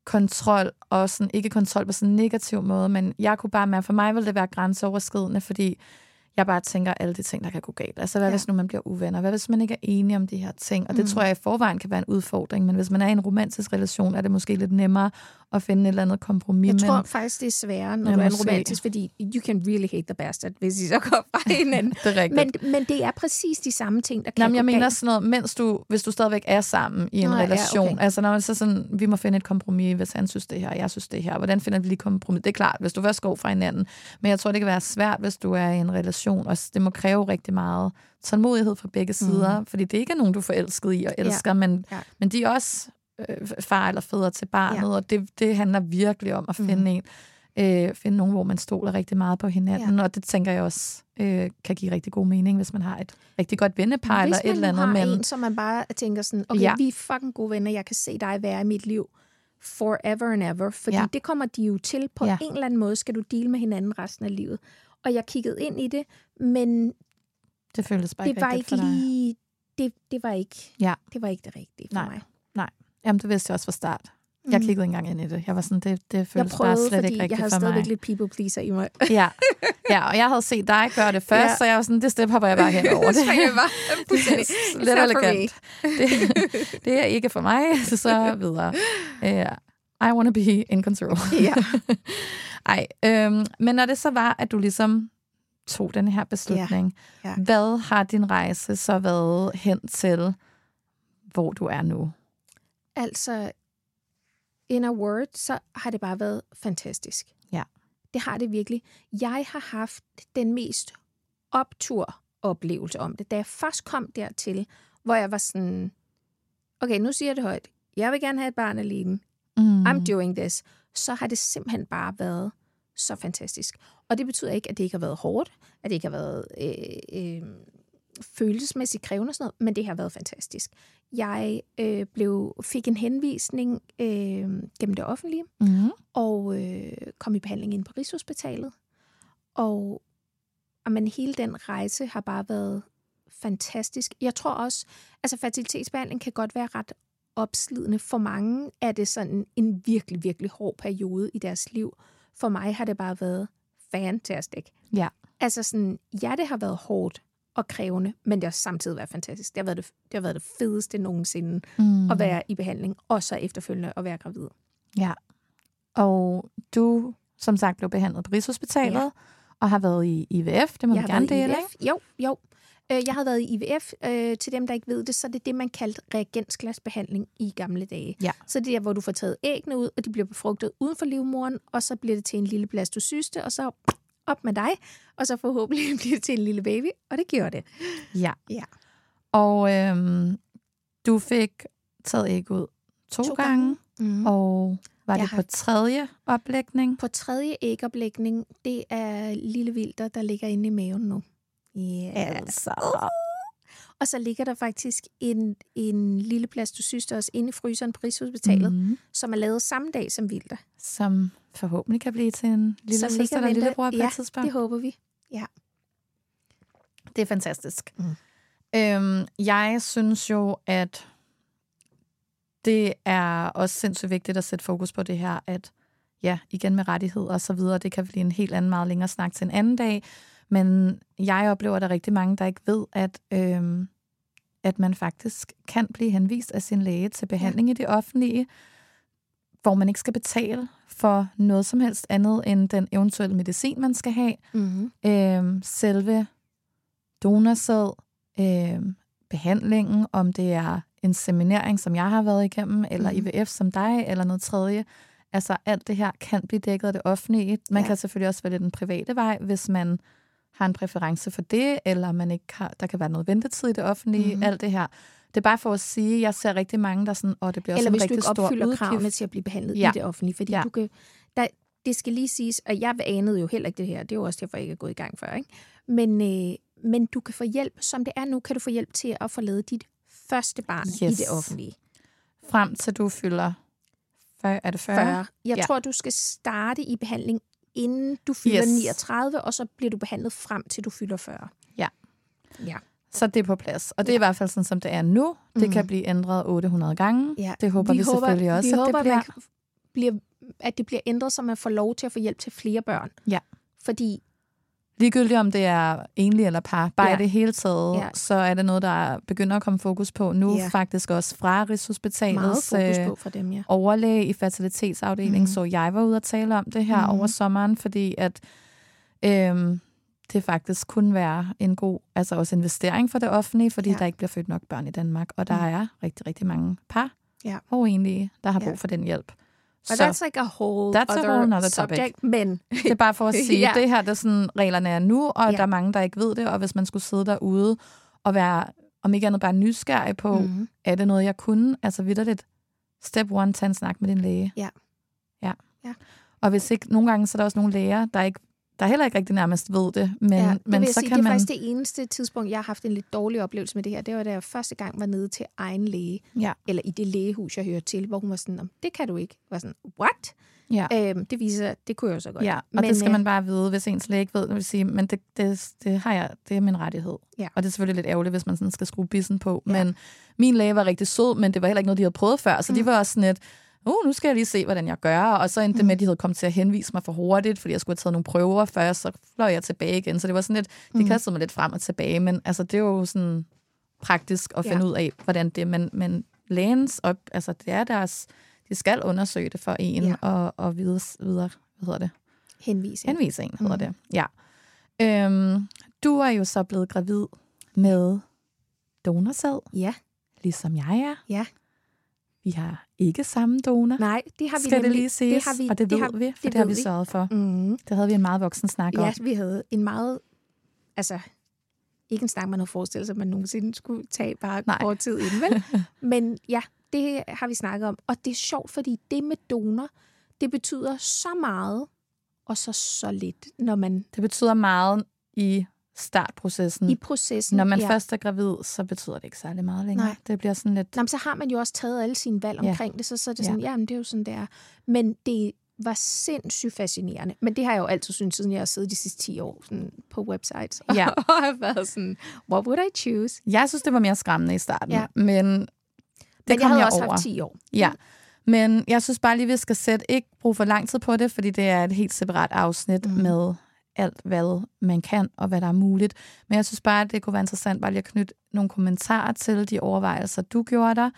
kontrol, og sådan, ikke kontrol på sådan en negativ måde, men jeg kunne bare mærke, for mig ville det være grænseoverskridende, fordi jeg bare tænker alle de ting, der kan gå galt. Altså, hvad ja. hvis nu man bliver uvenner? Hvad hvis man ikke er enig om de her ting? Og det mm. tror jeg i forvejen kan være en udfordring, men hvis man er i en romantisk relation, er det måske lidt nemmere at finde et eller andet kompromis. Jeg tror men... faktisk, det er sværere, når ja, du er en romantisk, fordi you can really hate the bastard, hvis I så går fra hinanden. Det er rigtigt. Men, men det er præcis de samme ting, der kan Jamen, jeg gå mener galt. sådan noget, mens du, hvis du stadigvæk er sammen i en Nå, relation, ja, okay. altså når man så sådan, vi må finde et kompromis, hvis han synes det her, og jeg synes det her, hvordan finder vi lige kompromis? Det er klart, hvis du først går fra hinanden, men jeg tror, det kan være svært, hvis du er i en relation, og det må kræve rigtig meget tålmodighed fra begge sider, mm. fordi det ikke er nogen, du er forelsket i og elsker, ja. Men, ja. men de er også øh, far eller fædre til barnet, ja. og det, det handler virkelig om at finde mm. en, øh, finde nogen, hvor man stoler rigtig meget på hinanden, ja. og det tænker jeg også øh, kan give rigtig god mening, hvis man har et rigtig godt vennepar eller et eller andet. Hvis man har men... en, som man bare tænker sådan, okay, ja. vi er fucking gode venner, jeg kan se dig være i mit liv forever and ever, fordi ja. det kommer de jo til på ja. en eller anden måde, skal du deale med hinanden resten af livet. Og jeg kiggede ind i det, men det føltes bare det ikke var rigtigt ikke for dig. lige, det, det, var ikke, ja. det var ikke det rigtige for nej, mig. Nej, jamen det vidste jeg også fra start. Jeg kiggede ikke engang ind i det. Jeg var sådan, det, det føltes prøvede, bare slet ikke rigtigt for mig. Jeg havde stadigvæk lidt people pleaser i mig. ja. ja, og jeg havde set dig gøre det først, ja. så jeg var sådan, det step hopper jeg bare hen over. Det er bare lidt elegant. Det, det er ikke for mig, så videre. Yeah. I want to be in control. ja. Ej, øhm, men når det så var, at du ligesom tog den her beslutning, ja. Ja. hvad har din rejse så været hen til, hvor du er nu? Altså, in a word, så har det bare været fantastisk. Ja. Det har det virkelig. Jeg har haft den mest optur-oplevelse om det, da jeg først kom dertil, hvor jeg var sådan, okay, nu siger jeg det højt, jeg vil gerne have et barn alene. Mm. I'm doing this. Så har det simpelthen bare været så fantastisk. Og det betyder ikke, at det ikke har været hårdt, at det ikke har været øh, øh, følelsesmæssigt krævende og sådan noget, men det har været fantastisk. Jeg øh, blev, fik en henvisning øh, gennem det offentlige, mm. og øh, kom i behandling inde på Rigshospitalet. Og men hele den rejse har bare været fantastisk. Jeg tror også, altså fertilitetsbehandling kan godt være ret opslidende. For mange er det sådan en virkelig, virkelig hård periode i deres liv. For mig har det bare været fantastisk. Ja. Altså sådan, ja, det har været hårdt og krævende, men det har samtidig været fantastisk. Det har været det, det, har været det fedeste nogensinde mm. at være i behandling, og så efterfølgende at være gravid. Ja. Og du, som sagt, blev behandlet på Rigshospitalet, ja. og har været i I V F. Det må jeg vi gerne dele, ikke? Jo, jo. Jeg har været i I V F. Øh, til dem, der ikke ved det, så er det det, man kaldte reagensglasbehandling i gamle dage. Ja. Så det er der, hvor du får taget æggene ud, og de bliver befrugtet uden for livmoderen, og så bliver det til en lille blastocyste, og så op med dig, og så forhåbentlig bliver det til en lille baby, og det gjorde det. Ja. ja. Og øhm, du fik taget æg ud to, to gange, gange. Mm. og var jeg det har... på tredje oplægning? På tredje ægoplægning, det er lille Vilder, der ligger inde i maven nu. Yeah. Altså. Uh. Og så ligger der faktisk en, en lille blastocyste også inde i fryseren på Rigshospitalet, mm. som er lavet samme dag som Vilder. Som forhåbentlig kan blive til en lille søster eller lillebror på ja, et tidspunkt. det håber vi. Ja. Det er fantastisk. Mm. Øhm, jeg synes jo, at det er også sindssygt vigtigt at sætte fokus på det her, at ja, igen med rettigheder og så videre, det kan blive en helt anden, meget længere snak til en anden dag. Men jeg oplever, at der er rigtig mange, der ikke ved, at, øhm, at man faktisk kan blive henvist af sin læge til behandling ja. i det offentlige, hvor man ikke skal betale for noget som helst andet end den eventuelle medicin, man skal have. Mm-hmm. Øhm, selve donorsæd, øhm, behandlingen, om det er inseminering, som jeg har været igennem, eller mm-hmm. I V F som dig, eller noget tredje. Altså alt det her kan blive dækket af det offentlige. Man ja. kan selvfølgelig også vælge den private vej, hvis man har en præference for det, eller man ikke har, der kan være noget ventetid i det offentlige, mm-hmm. alt det her. Det er bare for at sige, at jeg ser rigtig mange, der sådan, åh, det bliver eller også en rigtig stor udgift. Eller hvis du ikke opfylder kravene til at blive behandlet ja. i det offentlige, fordi ja. du kan, der, det skal lige siges, og jeg anede jo heller ikke det her, det er jo også derfor, jeg ikke er gået i gang før, ikke? Men, øh, men du kan få hjælp, som det er nu, kan du få hjælp til at få lavet dit første barn yes. i det offentlige. Frem til du fylder, er det fyrre? fyrre. Jeg ja. tror, du skal starte i behandling inden du fylder yes. niogtredive, og så bliver du behandlet frem til du fylder fyrre. Ja. Ja. Så det er på plads. Og det er ja. i hvert fald sådan, som det er nu. Det mm. kan blive ændret otte hundrede gange. Ja. Det håber vi, vi håber, selvfølgelig også, vi at håber, det bliver. Man, bliver, at det bliver ændret, så man får lov til at få hjælp til flere børn. Ja. Fordi ligegyldigt om det er enlig eller par, bare ja. i det hele taget, ja. så er det noget, der begynder at komme fokus på nu, ja. faktisk også fra Rigshospitalets ja. overlæge i fertilitetsafdelingen, mm. så jeg var ude at tale om det her mm. over sommeren, fordi at øhm, det faktisk kunne være en god, altså også investering for det offentlige, fordi ja. der ikke bliver født nok børn i Danmark, og der mm. er rigtig, rigtig mange par, ja. og enlige, der har brug ja. for den hjælp. Og so, that's like a whole that's other, a whole other subject, topic. men... det er bare for at sige, ja. det her, det er sådan, reglerne er nu, og ja. der er mange, der ikke ved det, og hvis man skulle sidde derude og være, om ikke andet, bare nysgerrig på, mm-hmm. er det noget, jeg kunne? Altså vitterligt, step one, tag en snak med din læge. Ja. ja. ja. Og hvis ikke, nogle gange, så er der også nogle læger, der ikke der heller ikke rigtig nærmest ved det, men, ja, det men så sige, kan det er man... faktisk det eneste tidspunkt, jeg har haft en lidt dårlig oplevelse med det her. Det var da jeg første gang var nede til egen læge, ja. eller i det lægehus, jeg hørte til, hvor hun var sådan, det kan du ikke. Jeg var sådan, what? Ja. Øhm, det viser, det kunne jeg jo så godt. Ja, og men, det skal man bare vide, hvis ens læge ikke ved, det vil sige, men det, det, det har jeg, det er min rettighed. Ja. Og det er selvfølgelig lidt ærgerligt, hvis man sådan skal skrue bissen på. Ja. Men min læge var rigtig sød, men det var heller ikke noget, de havde prøvet før, så mm. de var også sådan et, uh, nu skal jeg lige se, hvordan jeg gør. Og så endte mm. det med, at de havde kommet til at henvise mig for hurtigt, fordi jeg skulle have taget nogle prøver først, så fløj jeg tilbage igen. Så det var sådan lidt, det mm. kastede mig lidt frem og tilbage, men altså, det er jo sådan praktisk at finde ja. ud af, hvordan det er. Men, men lægens op, altså det er deres, de skal undersøge det for en, ja. og, og vide, videre, hvad hedder det? Henvisning. Henvisning hedder mm. det, ja. Øhm, du er jo så blevet gravid med donorsæd. Ja. Ligesom jeg er. Ja. Vi har ikke samme donor. Nej, det har vi Skal nemlig, det lige ses, det har vi, og det, det ved har, vi, for det, det, det har vi sørget for. Mm. Det havde vi en meget voksen snak om. Ja, vi havde en meget, altså, ikke en snak, man havde forestillet sig, at man nogensinde skulle tage bare Nej. kort tid inden, vel? Men ja, det har vi snakket om. Og det er sjovt, fordi det med donor, det betyder så meget, og så så lidt, når man... Det betyder meget i startprocessen. I processen, Når man ja. først er gravid, så betyder det ikke særlig meget længere. Nej. Det bliver sådan lidt... Nå, så har man jo også taget alle sine valg omkring ja. det, så, så er det sådan, ja. jamen det er jo sådan, det er. Men det var sindssygt fascinerende. Men det har jeg jo altid syntes, siden jeg har siddet de sidste ti år sådan, på websites. Ja. Og har været sådan, what would I choose? Jeg synes, det var mere skræmmende i starten. Ja. Men det men kom jeg havde jeg også over. haft ti år. Ja. Men jeg synes bare lige, vi skal sætte ikke bruge for lang tid på det, fordi det er et helt separat afsnit mm. med alt, hvad man kan, og hvad der er muligt. Men jeg synes bare, at det kunne være interessant bare lige at knytte nogle kommentarer til de overvejelser, du gjorde der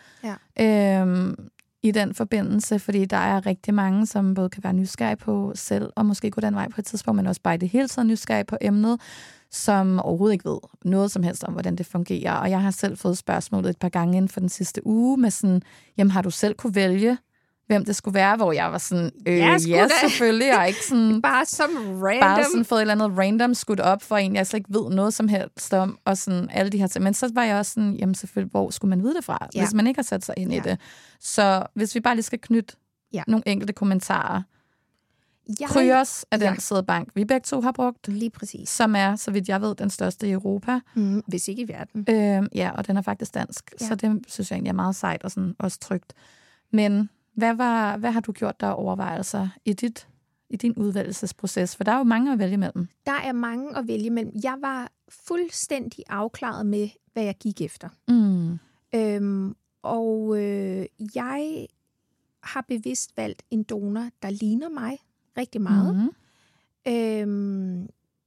ja. øhm, i den forbindelse, fordi der er rigtig mange, som både kan være nysgerrige på selv, og måske gå den vej på et tidspunkt, men også bare i det hele taget nysgerrige på emnet, som overhovedet ikke ved noget som helst om, hvordan det fungerer. Og jeg har selv fået spørgsmålet et par gange inden for den sidste uge, med sådan, jamen har du selv kunne vælge, hvem det skulle være, hvor jeg var sådan, øh, ja, ja selvfølgelig, og ikke sådan... bare som random... Bare sådan fået et eller andet random skudt op for en, jeg slet ikke ved noget som helst om, og sådan alle de her ting. Men så var jeg også sådan, jamen selvfølgelig, hvor skulle man vide det fra, ja. hvis man ikke har sat sig ind ja. i det. Så hvis vi bare lige skal knytte ja. nogle enkelte kommentarer. Jeg... Kryos er den ja. sædbank, vi begge to har brugt. Lige præcis. Som er, så vidt jeg ved, den største i Europa. Mm, hvis ikke i verden. Øhm, ja, og den er faktisk dansk. Ja. Så det synes jeg egentlig er meget sejt og sådan også trygt. Men... Hvad, var, hvad har du gjort der overvejelser i, dit, i din udvælgelsesproces? For der er jo mange at vælge mellem. Der er mange at vælge mellem. Jeg var fuldstændig afklaret med, hvad jeg gik efter. Mm. Øhm, og øh, jeg har bevidst valgt en donor, der ligner mig rigtig meget. Mm. Øhm,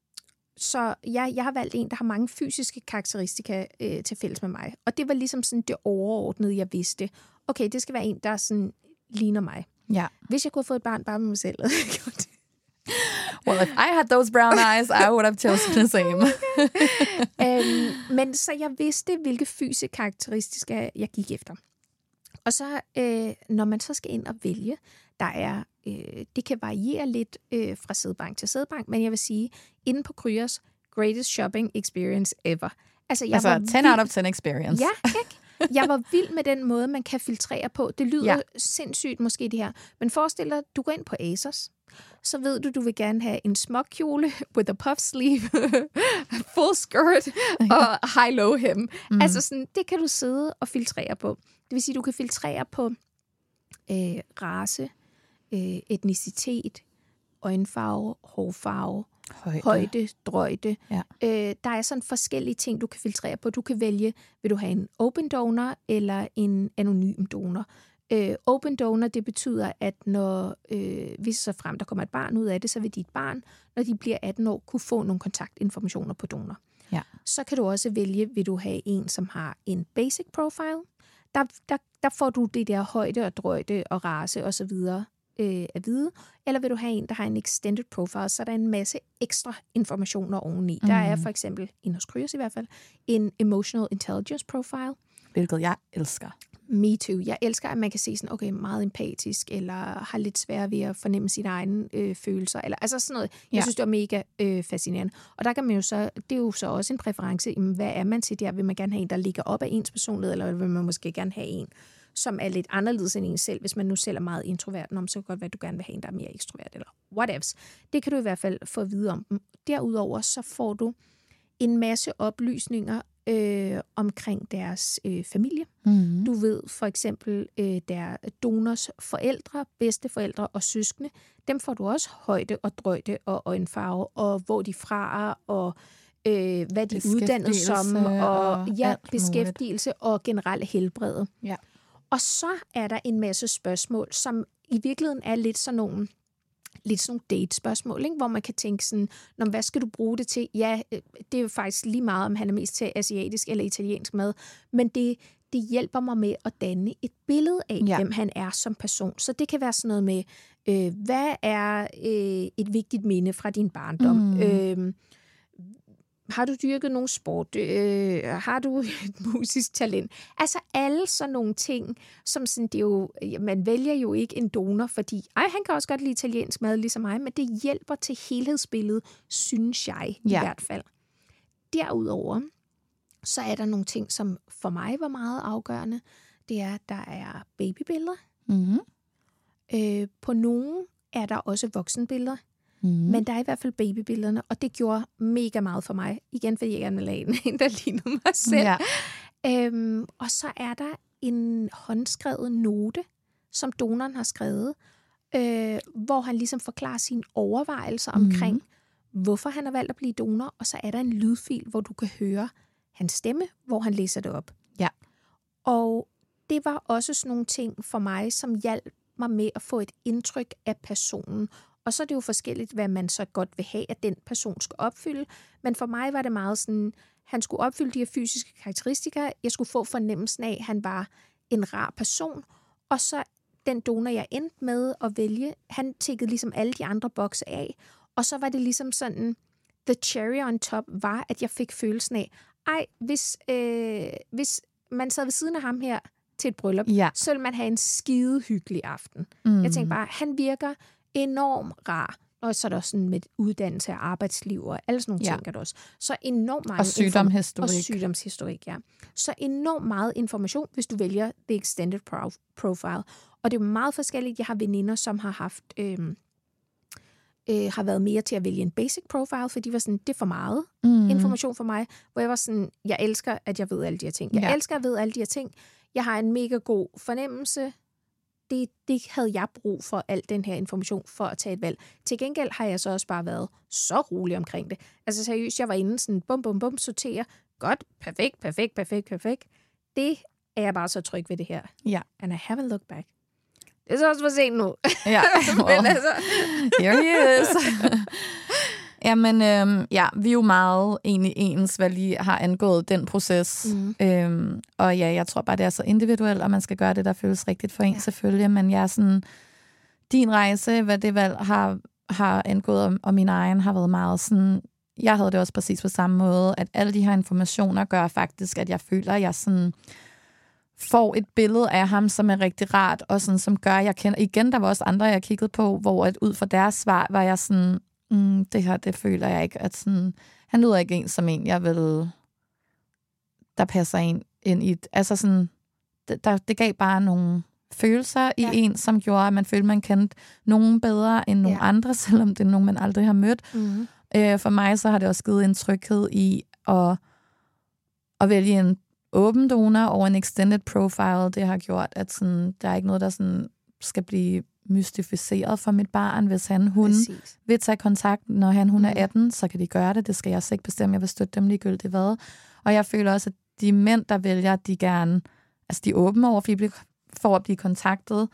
så jeg, jeg har valgt en, der har mange fysiske karakteristika øh, til fælles med mig. Og det var ligesom sådan det overordnede, jeg vidste. Okay, det skal være en, der sådan ligner mig. Ja. Hvis jeg kunne have fået et barn bare med mig selv, havde jeg gjort det. Well, if I had those brown eyes, I would have chosen the same. um, men så jeg vidste, hvilke fysiske karakteristika jeg gik efter. Og så, øh, når man så skal ind og vælge, der er, øh, det kan variere lidt øh, fra sædbank til sædbank, men jeg vil sige, inden på Kryos, greatest shopping experience ever. Altså, jeg altså var ten out of ten experience. Ja, ikke? Jeg var vild med den måde, man kan filtrere på. Det lyder ja. sindssygt måske det her. Men forestil dig, du går ind på ASOS. Så ved du, du vil gerne have en smokkjole with a puff sleeve, full skirt og high-low hem. Mm. Altså sådan, det kan du sidde og filtrere på. Det vil sige, du kan filtrere på øh, race, øh, etnicitet, øjenfarve, hårfarve, højde, højde drøjde. Ja. Øh, der er sådan forskellige ting, du kan filtrere på. Du kan vælge, vil du have en open donor eller en anonym donor. Øh, open donor, det betyder, at når, øh, hvis så frem der kommer et barn ud af det, så vil dit barn, når de bliver atten år, kunne få nogle kontaktinformationer på donor. Ja. Så kan du også vælge, vil du have en, som har en basic profile. Der, der, der får du det der højde og drøjde og race og så videre øh, at vide. Eller vil du have en, der har en extended profile, så er der en masse ekstra informationer oveni. Mm. Der er for eksempel, en hos Kryos i hvert fald, en emotional intelligence profile. Hvilket jeg elsker. Me too. Jeg elsker, at man kan se sådan, okay, meget empatisk, eller har lidt svært ved at fornemme sine egne øh, følelser, eller altså sådan noget. Jeg ja. synes, det er mega øh, fascinerende. Og der kan man jo så, det er jo så også en præference, jamen, hvad er man til der? Vil man gerne have en, der ligger op af ens personlighed, eller vil man måske gerne have en, som er lidt anderledes end en selv, hvis man nu selv er meget introvert, så kan det godt være, at du gerne vil have en, der er mere ekstrovert, eller whatever. Det kan du i hvert fald få at vide om dem. Derudover så får du en masse oplysninger øh, omkring deres øh, familie. Mm-hmm. Du ved for eksempel, øh, der donors forældre, bedsteforældre og søskende, dem får du også højde og drøjde og øjenfarve, og hvor de fra, og øh, hvad de er uddannet som, og, og ja, beskæftigelse muligt. Og generelle helbred. Ja. Og så er der en masse spørgsmål, som i virkeligheden er lidt sådan nogle lidt sådan nogle date-spørgsmål, ikke? Hvor man kan tænke sådan, hvad skal du bruge det til? Ja, det er jo faktisk lige meget, om han er mest til asiatisk eller italiensk mad, men det, det hjælper mig med at danne et billede af, ja. hvem han er som person. Så det kan være sådan noget med, øh, hvad er øh, et vigtigt minde fra din barndom? Mm. Øh, har du dyrket nogen sport? Øh, har du et musisk talent? Altså alle sådan nogle ting, som sådan, det er jo, man vælger jo ikke en donor, fordi ej, han kan også godt lide italiensk mad, ligesom mig, men det hjælper til helhedsbilledet, synes jeg ja. i hvert fald. Derudover, så er der nogle ting, som for mig var meget afgørende. Det er, at der er babybilleder. Mm-hmm. Øh, på nogle er der også voksenbilleder. Mm. Men der er i hvert fald babybillederne, og det gjorde mega meget for mig. Igen, fordi jeg gerne ville have en, der lignede mig selv. Ja. Øhm, og så er der en håndskrevet note, som donoren har skrevet, øh, hvor han ligesom forklarer sine overvejelser omkring, mm. hvorfor han har valgt at blive donor, og så er der en lydfil, hvor du kan høre hans stemme, hvor han læser det op. Ja. Og det var også sådan nogle ting for mig, som hjalp mig med at få et indtryk af personen. Og så er det jo forskelligt, hvad man så godt vil have, at den person skal opfylde. Men for mig var det meget sådan, han skulle opfylde de her fysiske karakteristika. Jeg skulle få fornemmelsen af, at han var en rar person. Og så den donor, jeg endte med at vælge, han tækkede ligesom alle de andre bokse af. Og så var det ligesom sådan, the cherry on top var, at jeg fik følelsen af, ej, hvis, øh, hvis man sad ved siden af ham her til et bryllup, ja. så ville man have en skide hyggelig aften. Mm. Jeg tænkte bare, han virker enormt rar. Og så er der også sådan med uddannelse og arbejdsliv og alle sådan nogle ja. ting, er der også. Så enormt meget og sygdomshistorik. Og sygdomshistorik, ja. Så enormt meget information, hvis du vælger the extended profile. Og det er meget forskelligt. Jeg har veninder, som har haft øh, øh, har været mere til at vælge en basic profile, for de var sådan, det er for meget mm. information for mig. Hvor jeg var sådan, jeg elsker, at jeg ved alle de her ting. Jeg ja. elsker at vide alle de her ting. Jeg har en mega god fornemmelse. Det, det havde jeg brug for, al den her information, for at tage et valg. Til gengæld har jeg så også bare været så rolig omkring det. Altså seriøst, jeg var inde sådan, bum, bum, bum, sortere. Godt, perfekt, perfekt, perfekt, perfekt. Det er jeg bare så tryg ved det her. Ja. And I haven't looked back. Det er så også for sent nu. Ja. Men altså. Here he is. Jamen, øhm, ja, vi er jo meget egentlig ens, hvad lige har angået den proces. Mm. Øhm, og ja, jeg tror bare, det er så individuelt, og man skal gøre det, der føles rigtigt for en, ja. selvfølgelig. Men jeg er sådan, din rejse, hvad det valg har, har angået, og, og min egen har været meget sådan, jeg havde det også præcis på samme måde, at alle de her informationer gør faktisk, at jeg føler, at jeg sådan får et billede af ham, som er rigtig rart, og sådan, som gør, at jeg kender. Igen, der var også andre, jeg kiggede på, hvor at ud fra deres svar, var jeg sådan, Mm, det her, det føler jeg ikke, at sådan, han lyder ikke en som en, jeg vil, der passer en ind i et, altså sådan, det, der, det gav bare nogle følelser ja. i en, som gjorde, at man følte, man kendte nogen bedre end nogle ja. andre, selvom det er nogen, man aldrig har mødt. Mm-hmm. Øh, for mig, så har det også givet en tryghed i at, at vælge en åben donor over en extended profile. Det har gjort, at sådan, der er ikke noget, der sådan skal blive mystificeret for mit barn. Hvis han, hun Præcis. vil tage kontakt, når han, hun er atten, så kan de gøre det. Det skal jeg så ikke bestemme. Jeg vil støtte dem ligegyldigt hvad. Og jeg føler også, at de mænd, der vælger, de gerne, altså de er åbne over, for de bliver for at blive kontaktet.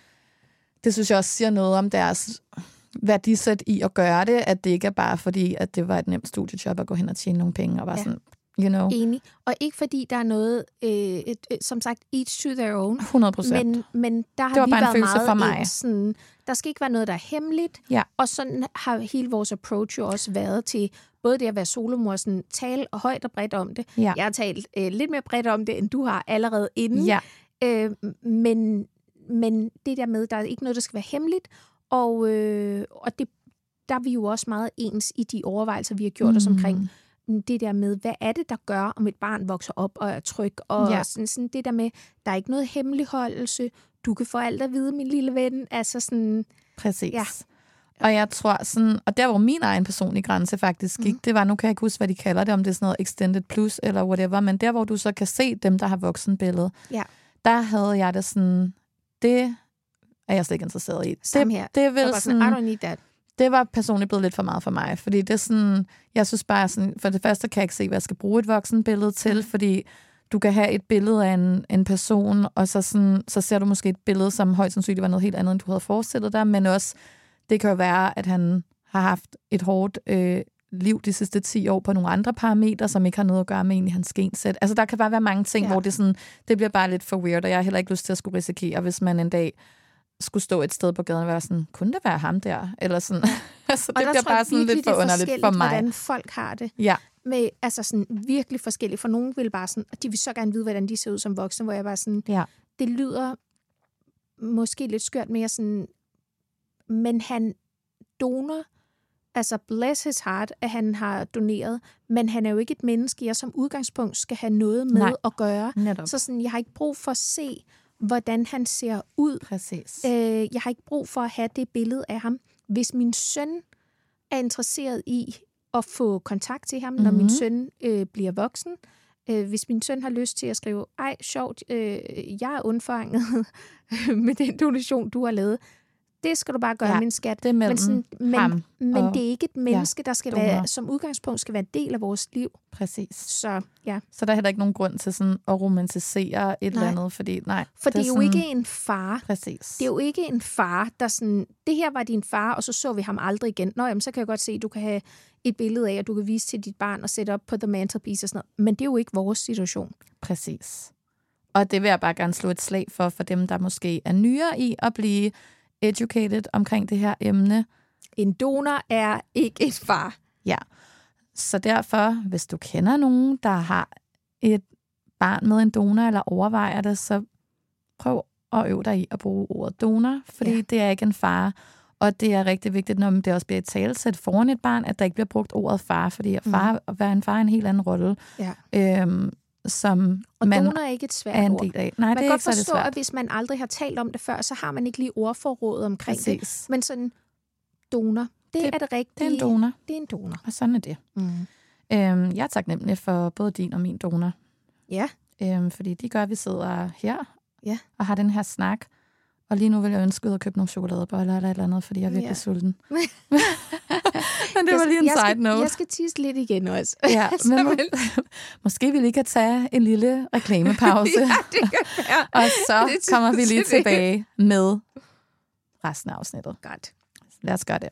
Det synes jeg også siger noget om deres værdisæt i at gøre det, at det ikke er bare fordi, at det var et nemt studiejob at gå hen og tjene nogle penge, og var ja. sådan, you know. Enig. Og ikke fordi der er noget, øh, et, et, som sagt, each to their own. hundrede procent. Men, men der har vi været meget for mig. En, sådan, der skal ikke være noget, der er hemmeligt. Ja. Og sådan har hele vores approach jo også været til både det at være solomor, sådan tale højt og bredt om det. Ja. Jeg har talt øh, lidt mere bredt om det, end du har allerede inden. Ja. Øh, men, men det der med, der er ikke noget, der skal være hemmeligt. Og, øh, og det, der er vi jo også meget ens i de overvejelser, vi har gjort mm. os omkring det der med, hvad er det, der gør, om et barn vokser op og er tryg. Og ja. sådan, sådan det der med, der er ikke noget hemmeligholdelse. Du kan få alt at vide, min lille ven. Altså sådan... Præcis. Ja. Og jeg tror sådan, og der hvor min egen personlige grænse faktisk gik, mm. det var, nu kan jeg ikke huske, hvad de kalder det, om det er sådan noget extended plus eller whatever, men der hvor du så kan se dem, der har voksenbillede, ja. der havde jeg det sådan, det er jeg slet ikke interesseret i. Samme det, her. det, vil sådan, sådan, I don't need that. Det var personligt blevet lidt for meget for mig, fordi det er sådan, jeg synes bare sådan, for det første kan jeg ikke se, hvad jeg skal bruge et voksenbillede til, mm. fordi du kan have et billede af en, en person, og så, sådan, så ser du måske et billede, som højst sandsynligt var noget helt andet, end du havde forestillet dig, men også, det kan jo være, at han har haft et hårdt øh, liv de sidste ti år på nogle andre parametre, som ikke har noget at gøre med egentlig hans gensæt. Altså, der kan bare være mange ting, ja. hvor det, sådan, det bliver bare lidt for weird, og jeg har heller ikke lyst til at skulle risikere, hvis man en dag skulle stå et sted på gaden og være sådan, kunne det være ham der? Eller sådan. altså, det bliver bare sådan lidt for underligt for mig. Hvordan folk har det. Ja. Med, altså sådan virkelig forskelligt. For nogen vil bare sådan, og de vil så gerne vide, hvordan de ser ud som voksne, hvor jeg bare sådan, ja. det lyder måske lidt skørt, mere sådan, men han doner, altså bless his heart, at han har doneret, men han er jo ikke et menneske, jeg som udgangspunkt skal have noget med Nej. at gøre. Netop. Så sådan, jeg har ikke brug for at se, hvordan han ser ud. Præcis. Øh, jeg har ikke brug for at have det billede af ham. Hvis min søn er interesseret i at få kontakt til ham, mm-hmm. når min søn øh, bliver voksen, øh, hvis min søn har lyst til at skrive, ej, sjovt, øh, jeg er undfanget med den donation, du har lavet, det skal du bare gøre, ja, min skat. Det er mellem men sådan, men, ham men og, det er ikke et menneske, ja, der skal donor. være, som udgangspunkt skal være en del af vores liv. Præcis. Så, ja. Så der er heller ikke nogen grund til sådan at romantisere et nej. eller andet, fordi nej. For det er, det er jo sådan, ikke en far. Præcis. Det er jo ikke en far, der sådan, det her var din far, og så så vi ham aldrig igen. Nå, jamen, så kan jeg godt se, at du kan have et billede af, og du kan vise til dit barn og sætte op på the mantelpiece og sådan noget. Men det er jo ikke vores situation. Præcis. Og det vil jeg bare gerne slå et slag for, for dem, der måske er nyere i at blive educated omkring det her emne. En donor er ikke en far. Ja. Så derfor, hvis du kender nogen, der har et barn med en donor, eller overvejer det, så prøv at øve dig i at bruge ordet donor, fordi ja. det er ikke en far. Og det er rigtig vigtigt, når det også bliver et talesæt foran et barn, at der ikke bliver brugt ordet far, fordi at, far, mm. at være en far er en helt anden rolle. Ja. Øhm, som og man donor er ikke et svært er en ord. del af. Nej, man det kan er godt ikke forstå, svært. at hvis man aldrig har talt om det før, så har man ikke lige ordforrådet omkring Præcis. det. Men sådan, donor, det, det er det rigtige. Det er en donor. Det er en donor. Og sådan er det. Mm. Øhm, jeg er taknemmelig for både din og min donor. Ja. Øhm, fordi de gør, at vi sidder her ja. og har den her snak. Og lige nu vil jeg ønske ud at købe nogle chokoladeboller eller et eller andet, fordi jeg er virkelig ja. sulten. Men det var lige en jeg side skal, note. Jeg skal tisse lidt igen også. Ja, men må, måske vi lige kan tage en lille reklamepause. ja, det kan være. Og så det kommer vi lige tilbage med resten af afsnittet. Godt. Lad os gøre det.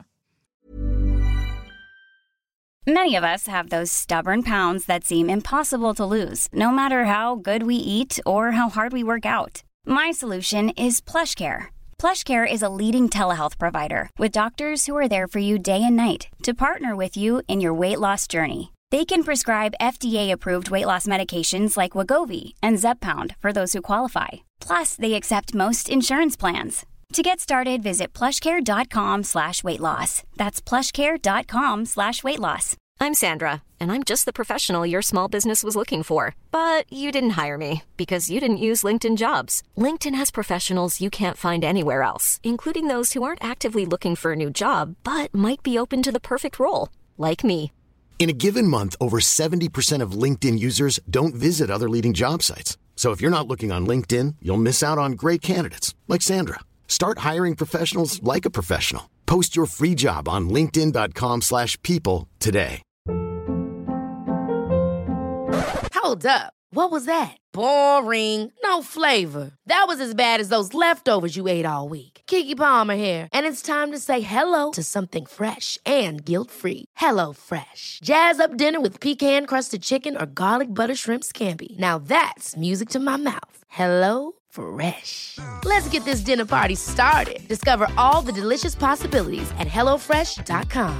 Many of us have those stubborn pounds that seem impossible to lose, no matter how good we eat or how hard we work out. My solution is PlushCare. PlushCare is a leading telehealth provider with doctors who are there for you day and night to partner with you in your weight loss journey. They can prescribe F D A-approved weight loss medications like Wegovy and Zepbound for those who qualify. Plus, they accept most insurance plans. To get started, visit plushcare.com slash weight loss. That's plushcare.com slash weight loss. I'm Sandra, and I'm just the professional your small business was looking for. But you didn't hire me because you didn't use LinkedIn Jobs. LinkedIn has professionals you can't find anywhere else, including those who aren't actively looking for a new job, but might be open to the perfect role, like me. In a given month, over seventy percent of LinkedIn users don't visit other leading job sites. So if you're not looking on LinkedIn, you'll miss out on great candidates like Sandra. Start hiring professionals like a professional. Post your free job on linkedin.com slash people today. Hold up. What was that? Boring. No flavor. That was as bad as those leftovers you ate all week. Keke Palmer here. And it's time to say hello to something fresh and guilt-free. Hello Fresh. Jazz up dinner with pecan-crusted chicken or garlic butter shrimp scampi. Now that's music to my mouth. Hello Fresh. Let's get this dinner party started. Discover all the delicious possibilities at hello fresh dot com.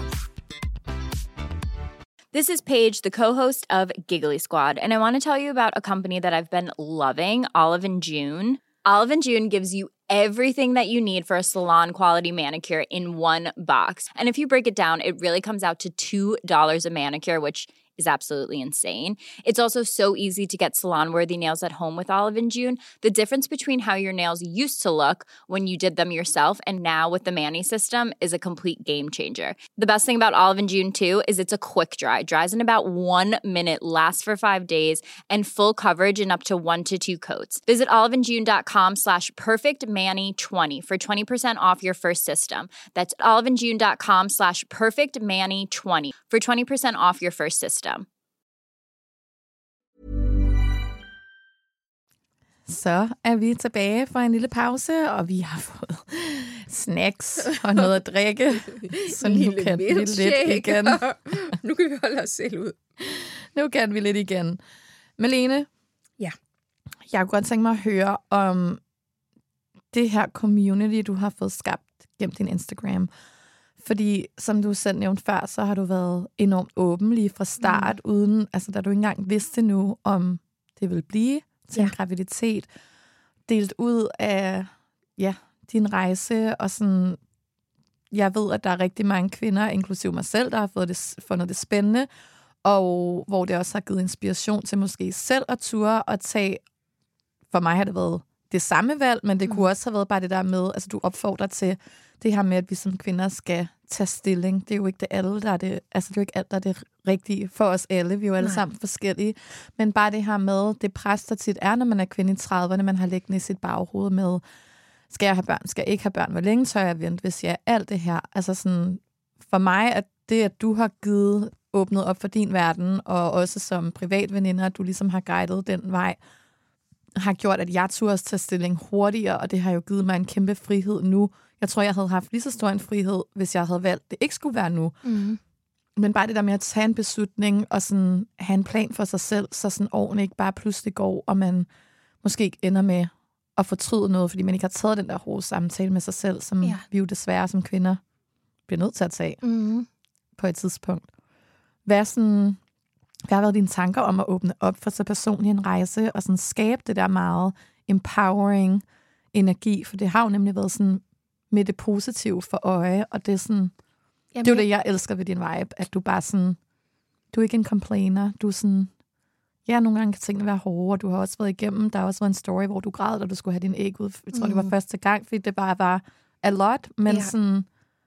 This is Paige, the co-host of Giggly Squad, and I want to tell you about a company that I've been loving, Olive and June. Olive and June gives you everything that you need for a salon-quality manicure in one box. And if you break it down, it really comes out to two dollars a manicure, which is absolutely insane. It's also so easy to get salon-worthy nails at home with Olive and June. The difference between how your nails used to look when you did them yourself and now with the Mani system is a complete game changer. The best thing about Olive and June, too, is it's a quick dry. Dries in about one minute, lasts for five days, and full coverage in up to one to two coats. Visit oliveandjune.com slash perfectmani20 for twenty percent off your first system. That's oliveandjune.com slash perfectmani20 for twenty percent off your first system. Så er vi tilbage fra en lille pause, og vi har fået snacks og noget at drikke. Så nu kan vi lidt igen. Nu kan vi holde os selv ud. Nu kan vi lidt igen. Malene, ja. Jeg kunne godt tænke mig at høre om det her community, du har fået skabt gennem din Instagram. Fordi, som du selv nævnte før, så har du været enormt åben lige fra start, mm. uden, altså da du ikke engang vidste nu, om det ville blive til ja. en graviditet, delt ud af ja, din rejse, og sådan, jeg ved, at der er rigtig mange kvinder, inklusive mig selv, der har fået det, fundet det spændende, og hvor det også har givet inspiration til måske selv at ture og tage, for mig har det været det samme valg, men det mm. kunne også have været bare det der med, altså du opfordrer til det her med, at vi som kvinder skal tage stilling. Det er jo ikke det alle, der er det, altså det er jo ikke alt, der er det rigtige for os alle. Vi er jo alle Nej. sammen forskellige. Men bare det her med, det pres, der tit er, når man er kvinde i trediverne, man har liggende i sit baghoved med, skal jeg have børn, skal jeg ikke have børn, hvor længe tør jeg vente, hvis jeg er alt det her. Altså sådan, for mig, at det, at du har givet, åbnet op for din verden, og også som privatveninde, at du ligesom har guidet den vej, har gjort, at jeg turde tage stilling hurtigere, og det har jo givet mig en kæmpe frihed nu. Jeg tror, jeg havde haft lige så stor en frihed, hvis jeg havde valgt, det ikke skulle være nu. Mm. Men bare det der med at tage en beslutning, og sådan have en plan for sig selv, så sådan årene ikke bare pludselig går, og man måske ikke ender med at fortryde noget, fordi man ikke har taget den der hårde samtale med sig selv, som ja. vi jo desværre som kvinder bliver nødt til at tage mm. på et tidspunkt. Hvad, sådan, hvad har været dine tanker om at åbne op for så personlig en rejse, og sådan skabe det der meget empowering energi, for det har jo nemlig været sådan med det positive for øje, og det er sådan, Jamen, det er jo det, jeg elsker ved din vibe, at du bare sådan, du er ikke en complainer, du er sådan, ja, nogle gange kan tingene være hårde, og du har også været igennem, der har også været en story, hvor du græd, da du skulle have din æg ud, jeg tror, mm. det var første gang, fordi det bare var a lot, men ja. sådan,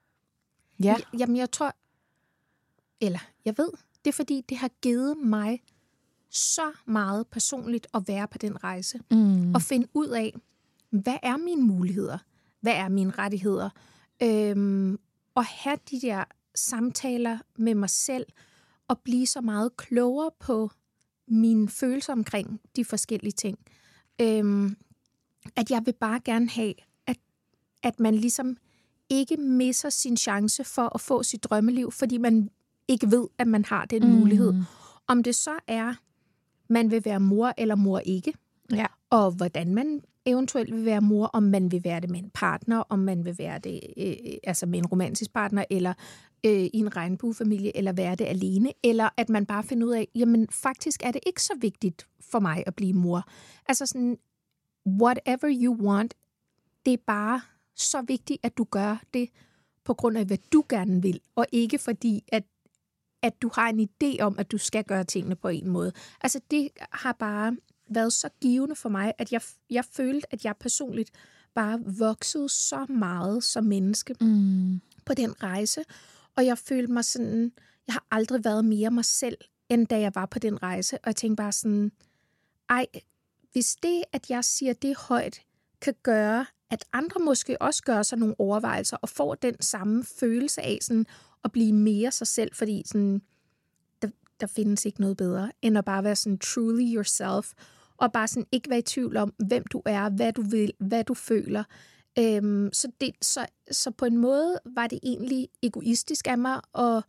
ja. Jamen, jeg tror, eller jeg ved, det er fordi, det har givet mig så meget personligt at være på den rejse, mm. og finde ud af, hvad er mine muligheder? Hvad er mine rettigheder? Øhm, og have de der samtaler med mig selv, og blive så meget klogere på mine følelser omkring de forskellige ting. Øhm, at jeg vil bare gerne have, at, at man ligesom ikke misser sin chance for at få sit drømmeliv, fordi man ikke ved, at man har den mm. mulighed. Om det så er, man vil være mor eller mor ikke, ja. og hvordan man eventuelt vil være mor, om man vil være det med en partner, om man vil være det øh, altså med en romantisk partner, eller øh, i en regnbuefamilie, eller være det alene, eller at man bare finder ud af, jamen faktisk er det ikke så vigtigt for mig at blive mor. Altså sådan, whatever you want, det er bare så vigtigt, at du gør det på grund af, hvad du gerne vil, og ikke fordi, at, at du har en idé om, at du skal gøre tingene på en måde. Altså det har bare været så givende for mig, at jeg, jeg følte, at jeg personligt bare voksede så meget som menneske mm. på den rejse. Og jeg følte mig sådan, jeg har aldrig været mere mig selv, end da jeg var på den rejse. Og jeg tænkte bare sådan, ej, hvis det, at jeg siger det højt, kan gøre, at andre måske også gør sig nogle overvejelser, og får den samme følelse af sådan, at blive mere sig selv, fordi sådan, der, der findes ikke noget bedre, end at bare være sådan truly yourself, og bare sådan ikke være i tvivl om, hvem du er, hvad du vil, hvad du føler. Øhm, så, det, så, så på en måde var det egentlig egoistisk af mig at,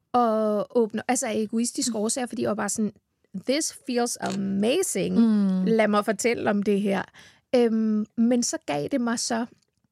at åbne, altså af egoistisk årsager, fordi jeg var bare sådan, this feels amazing, mm. lad mig fortælle om det her. Øhm, men så gav det mig så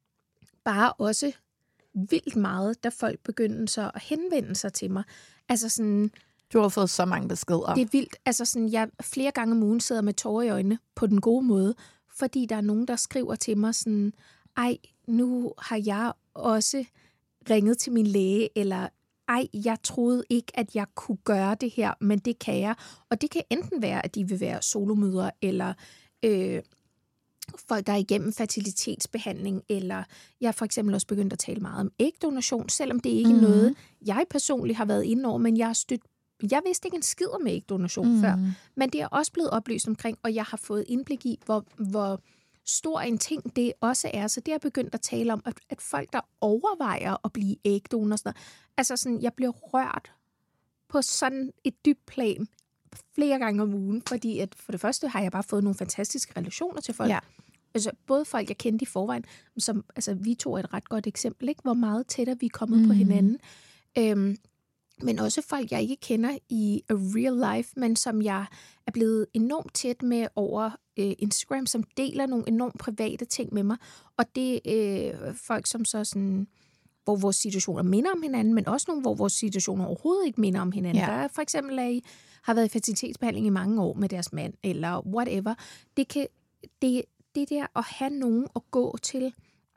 bare også vildt meget, da folk begyndte så at henvende sig til mig. Altså sådan... Du har fået så mange beskeder. Det er vildt. Altså sådan, jeg flere gange om ugen sidder med tårer i øjnene på den gode måde, fordi der er nogen, der skriver til mig sådan, ej, nu har jeg også ringet til min læge, eller ej, jeg troede ikke, at jeg kunne gøre det her, men det kan jeg. Og det kan enten være, at de vil være solomødre, eller øh, folk, der er igennem fertilitetsbehandling, eller jeg har for eksempel også begyndt at tale meget om ægdonation, selvom det ikke er mm-hmm. noget, jeg personligt har været inde over, men jeg har stødt Jeg vidste ikke en skid om ægdonation mm. før, men det er også blevet oplyst omkring, og jeg har fået indblik i, hvor, hvor stor en ting det også er. Så det er begyndt at tale om, at, at folk, der overvejer at blive ægdonor, sådan, altså sådan, jeg bliver rørt på sådan et dybt plan flere gange om ugen, fordi at for det første har jeg bare fået nogle fantastiske relationer til folk. Ja. Altså både folk, jeg kendte i forvejen, som, altså vi to er et ret godt eksempel, ikke? Hvor meget tættere vi er kommet mm. på hinanden. Øhm, Men også folk, jeg ikke kender i real life, men som jeg er blevet enormt tæt med over øh, Instagram, som deler nogle enormt private ting med mig. Og det er øh, folk, som så sådan, hvor vores situationer minder om hinanden, men også nogle, hvor vores situationer overhovedet ikke minder om hinanden. Ja. Der er for eksempel, at I har været i fertilitetsbehandling i mange år med deres mand, eller whatever. Det, kan, det, det der at have nogen at gå til,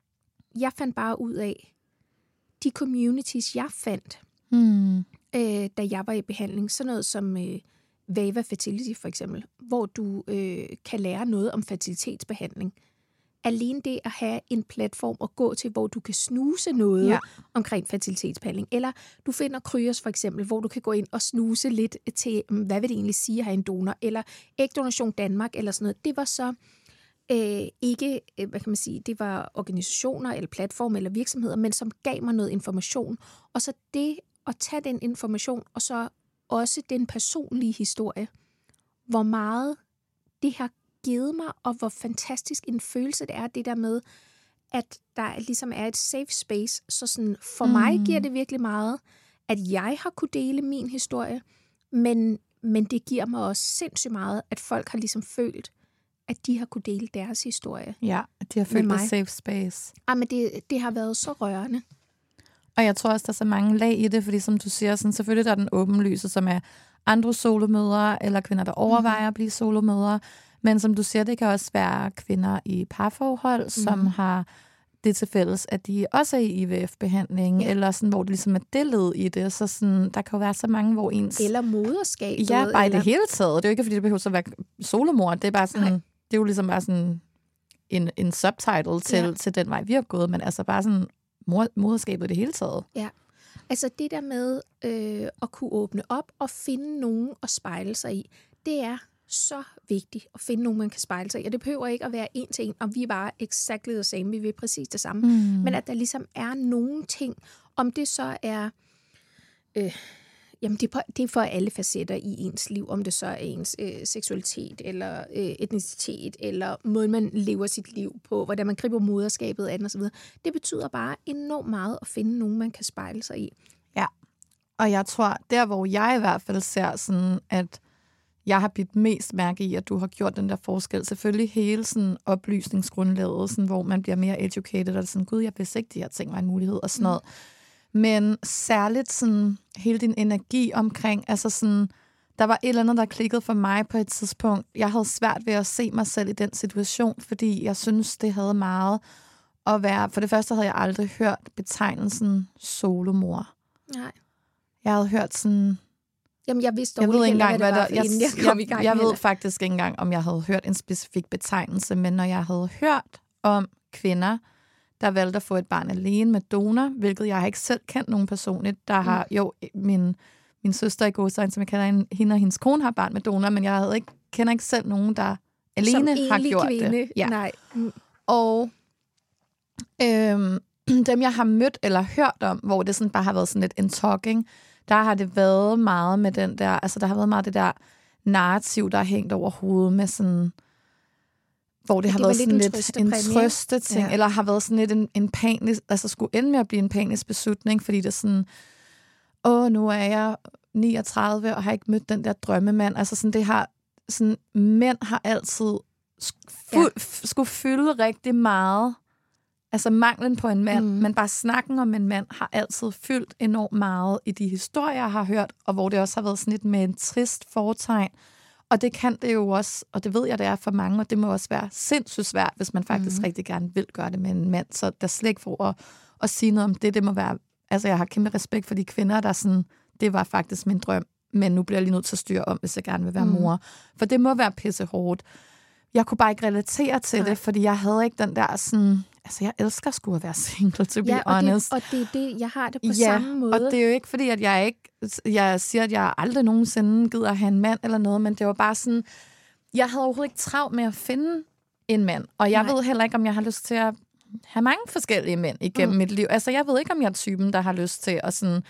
jeg fandt bare ud af, de communities, jeg fandt, Mm. Øh, da jeg var i behandling. Sådan noget som øh, Vava Fertility for eksempel, hvor du øh, kan lære noget om fertilitetsbehandling. Alene det at have en platform at gå til, hvor du kan snuse noget ja. omkring fertilitetsbehandling. Eller du finder Kryos for eksempel, hvor du kan gå ind og snuse lidt til, hvad vil det egentlig sige at have en donor, eller Ægdonation Danmark, eller sådan noget. Det var så øh, ikke, hvad kan man sige, det var organisationer, eller platformer, eller virksomheder, men som gav mig noget information. Og så det at tage den information, og så også den personlige historie, hvor meget det har givet mig, og hvor fantastisk en følelse det er, det der med, at der ligesom er et safe space. Så sådan, for mm. mig giver det virkelig meget, at jeg har kunne dele min historie, men, men det giver mig også sindssygt meget, at folk har ligesom følt, at de har kunne dele deres historie. Ja, at de har følt et safe space. Ja, men det, det har været så rørende. Og jeg tror også, der er så mange lag i det, fordi som du siger, sådan, selvfølgelig der er den åbenlyse, som er andre solomødre, eller kvinder, der overvejer at blive solomødre. Men som du siger, det kan også være kvinder i parforhold, mm. som har det til fælles, at de også er i I V F-behandling, ja. eller sådan, hvor det ligesom er det led i det. Så sådan, der kan jo være så mange, hvor ens... Eller moderskab. Ja, bare eller... i det hele taget. Det er jo ikke, fordi det behøver at være solomor. Det er bare sådan, det er jo ligesom bare sådan en, en subtitle til, ja. til den vej, vi har gået, men altså bare sådan moderskabet i det hele taget. Ja, altså det der med øh, at kunne åbne op og finde nogen at spejle sig i, det er så vigtigt at finde nogen, man kan spejle sig i. Og det behøver ikke at være en til en, og vi er bare exactly the same, vi vil præcis det samme. Mm. Men at der ligesom er nogle ting, om det så er... Øh, Jamen, det er, på, det er for alle facetter i ens liv, om det så er ens øh, seksualitet, eller øh, etnicitet, eller måden, man lever sit liv på, hvordan man griber moderskabet an og så videre. Det betyder bare enormt meget at finde nogen, man kan spejle sig i. Ja, og jeg tror, der hvor jeg i hvert fald ser sådan, at jeg har bidt mest mærke i, at du har gjort den der forskel. Selvfølgelig hele sådan oplysningsgrundlaget, sådan, hvor man bliver mere educated, og sådan, gud, jeg vidste ikke, de her ting var en mulighed, og sådan noget. Mm. Men særligt sådan hele din energi omkring, altså sådan, der var et eller andet, der klikkede for mig på et tidspunkt. Jeg havde svært ved at se mig selv i den situation, fordi jeg synes, det havde meget at være... For det første havde jeg aldrig hørt betegnelsen solomor. Nej. Jeg havde hørt sådan... Jamen, jeg vidste jeg ved ikke engang, hvad der, jeg, inden jeg kom jeg, i gang. Jeg ved faktisk ikke engang, om jeg havde hørt en specifik betegnelse, men når jeg havde hørt om kvinder, der valgte at få et barn alene med donor, hvilket jeg har ikke selv kendt nogen personligt. Der har mm. jo min, min søster i Gåstegn, som jeg kender, hende og hendes kone har barn med donor, men jeg havde ikke, kender ikke selv nogen, der alene har gjort kvinde. det. Ja. Nej. Mm. Og øhm, dem, jeg har mødt eller hørt om, hvor det sådan bare har været sådan lidt en talking, der har det været meget med den der, altså der har været meget det der narrativ, der er hængt over hovedet med sådan, hvor det ja, har det været lidt sådan en lidt en trøsteting, ja. Eller har været sådan lidt en, en panisk, altså skulle ende med at blive en panisk beslutning, fordi det er sådan, åh, nu er jeg niogtredive og har ikke mødt den der drømmemand. Altså sådan, det har, sådan, mænd har altid fu- ja. skulle fylde rigtig meget. Altså manglen på en mand, mm. men bare snakken om en mand har altid fyldt enormt meget i de historier, jeg har hørt, og hvor det også har været sådan lidt med en trist fortegn. Og det kan det jo også, og det ved jeg, det er for mange, og det må også være sindssygt svært, hvis man faktisk mm. rigtig gerne vil gøre det med en mand. Så der slet ikke for at, at sige noget om det, det må være... Altså, jeg har kæmpe respekt for de kvinder, der sådan, det var faktisk min drøm, men nu bliver jeg lige nødt til at styre om, hvis jeg gerne vil være mm. mor. For det må være pissehårdt. Jeg kunne bare ikke relatere til Nej. det, fordi jeg havde ikke den der sådan... Altså, jeg elsker sgu at være single, to be ja, og honest. Det, og det er det, jeg har det på ja, samme måde. Og det er jo ikke, fordi at jeg ikke... Jeg siger, at jeg aldrig nogensinde gider at have en mand eller noget, men det var bare sådan... Jeg havde overhovedet ikke travlt med at finde en mand. Og jeg Nej. ved heller ikke, om jeg har lyst til at have mange forskellige mænd igennem mm. mit liv. Altså, jeg ved ikke, om jeg er typen, der har lyst til at sådan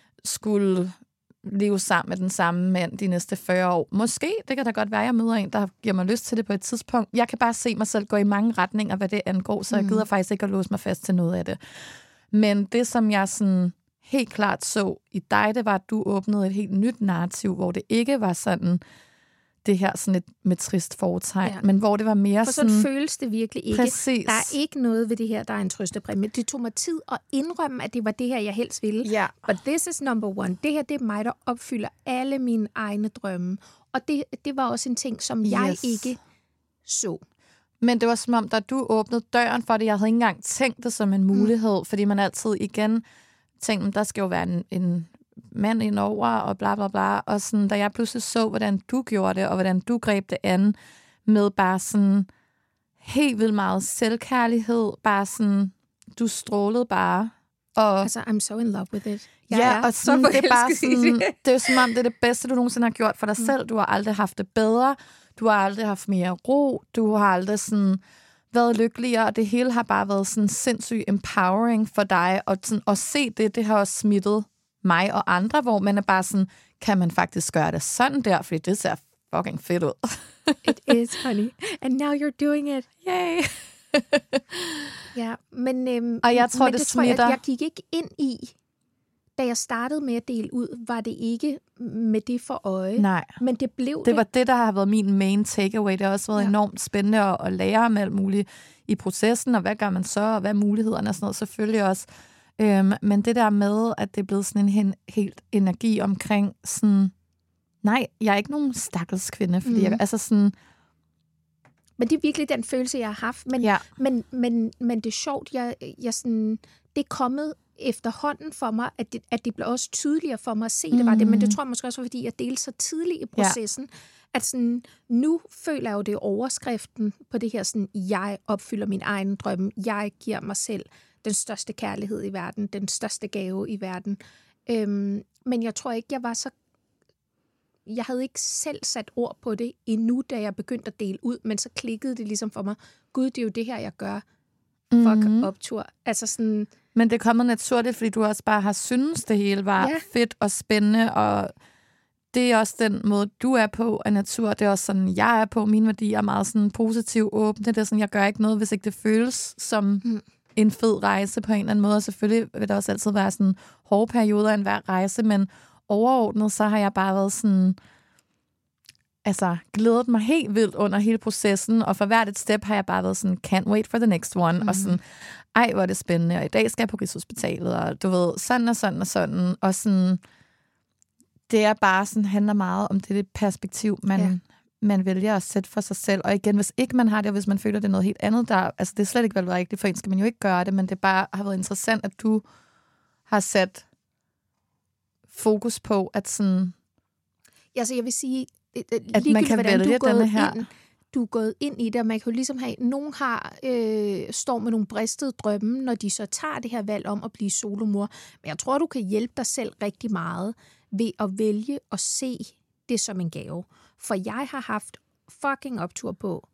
skulle leve sammen med den samme mand de næste fyrre år. Måske, det kan da godt være, at jeg møder en, der giver mig lyst til det på et tidspunkt. Jeg kan bare se mig selv gå i mange retninger, hvad det angår, så jeg gider faktisk ikke at låse mig fast til noget af det. Men det, som jeg sådan helt klart så i dig, det var, at du åbnede et helt nyt narrativ, hvor det ikke var sådan det her sådan et med trist foretegn, ja. men hvor det var mere For sådan... sådan føles det virkelig ikke. Præcis. Der er ikke noget ved det her, der er en trøstepræmie. Det tog mig tid at indrømme, at det var det her, jeg helst ville. Ja. But this is number one. Det her, det er mig, der opfylder alle mine egne drømme. Og det, det var også en ting, som yes. jeg ikke så. Men det var som om, da du åbnede døren for det, jeg havde ikke engang tænkt det som en mulighed, mm. fordi man altid igen tænkte, der skal jo være en... en mand indover, og bla bla bla. Og sådan, da jeg pludselig så, hvordan du gjorde det, og hvordan du greb det an, med bare sådan helt vildt meget selvkærlighed, bare sådan, du strålede bare. Og, altså, I'm so in love with it. Jeg ja, er og sådan, det er bare sådan, det. det er jo som om, det er det bedste, du nogensinde har gjort for dig mm. selv. Du har aldrig haft det bedre. Du har aldrig haft mere ro. Du har aldrig sådan været lykkeligere, og det hele har bare været sådan sindssygt empowering for dig. Og sådan, at se det, det har også smittet mig og andre, hvor man er bare sådan, kan man faktisk gøre det sådan der, fordi det ser fucking fedt ud. It is, honey. And now you're doing it. Yay! ja, men, øhm, og jeg tror, men det, det smitter. tror jeg, jeg gik ikke ind i, da jeg startede med at dele ud, var det ikke med det for øje. Nej. Men det blev det. Det var det, der har været min main takeaway. Det har også været ja. enormt spændende at, at lære om alt muligt i processen, og hvad gør man så, og hvad er mulighederne og sådan noget, selvfølgelig også. Øhm, men det der med, at det er blevet sådan en hen, helt energi omkring sådan, nej, jeg er ikke nogen stakkels kvinde, fordi mm. jeg, altså sådan... Men det er virkelig den følelse, jeg har haft. Men, ja. men, men, men det er sjovt, jeg, jeg sådan, det er kommet efterhånden for mig, at det, at det blev også tydeligere for mig at se, mm. det var det. Men det tror jeg måske også var, fordi jeg delte så tidligt i processen, ja. at sådan, nu føler jeg jo, det er overskriften på det her, sådan, jeg opfylder min egen drømme, jeg giver mig selv den største kærlighed i verden, den største gave i verden. Øhm, men jeg tror ikke, jeg var så... Jeg havde ikke selv sat ord på det endnu, da jeg begyndte at dele ud, men så klikkede det ligesom for mig, gud, det er jo det her, jeg gør. Fuck mm-hmm. optur. Altså sådan... Men det er kommet naturligt, fordi du også bare har syntes, det hele var ja. fedt og spændende, og det er også den måde, du er på af natur. Det er også sådan, jeg er på. Mine værdier er meget sådan positiv, åbne. Det er sådan, jeg gør ikke noget, hvis ikke det føles som... Mm. en fed rejse på en eller anden måde, og selvfølgelig vil der også altid være sådan hårde perioder af enhver rejse, men overordnet, så har jeg bare været sådan, altså, glædet mig helt vildt under hele processen, og for hvert et step har jeg bare været sådan, can't wait for the next one, mm. og sådan, ej, hvor er det spændende, og i dag skal jeg på Rigshospitalet, og du ved, sådan og sådan og sådan, og sådan, det er bare sådan, handler meget om det, det perspektiv, man... Ja. man vælger at sætte for sig selv. Og igen, hvis ikke man har det, og hvis man føler, det er noget helt andet, der, altså det er slet ikke vel rigtigt, for en skal man jo ikke gøre det, men det bare har været interessant, at du har sat fokus på, at sådan... Ja, så jeg vil sige, at man kan vælge denne her... Ind, du er gået ind i det, og man kan jo ligesom have... Nogen har, øh, står med nogle bristede drømme, når de så tager det her valg om at blive solomor. Men jeg tror, du kan hjælpe dig selv rigtig meget ved at vælge at se det som en gave. For jeg har haft fucking optur på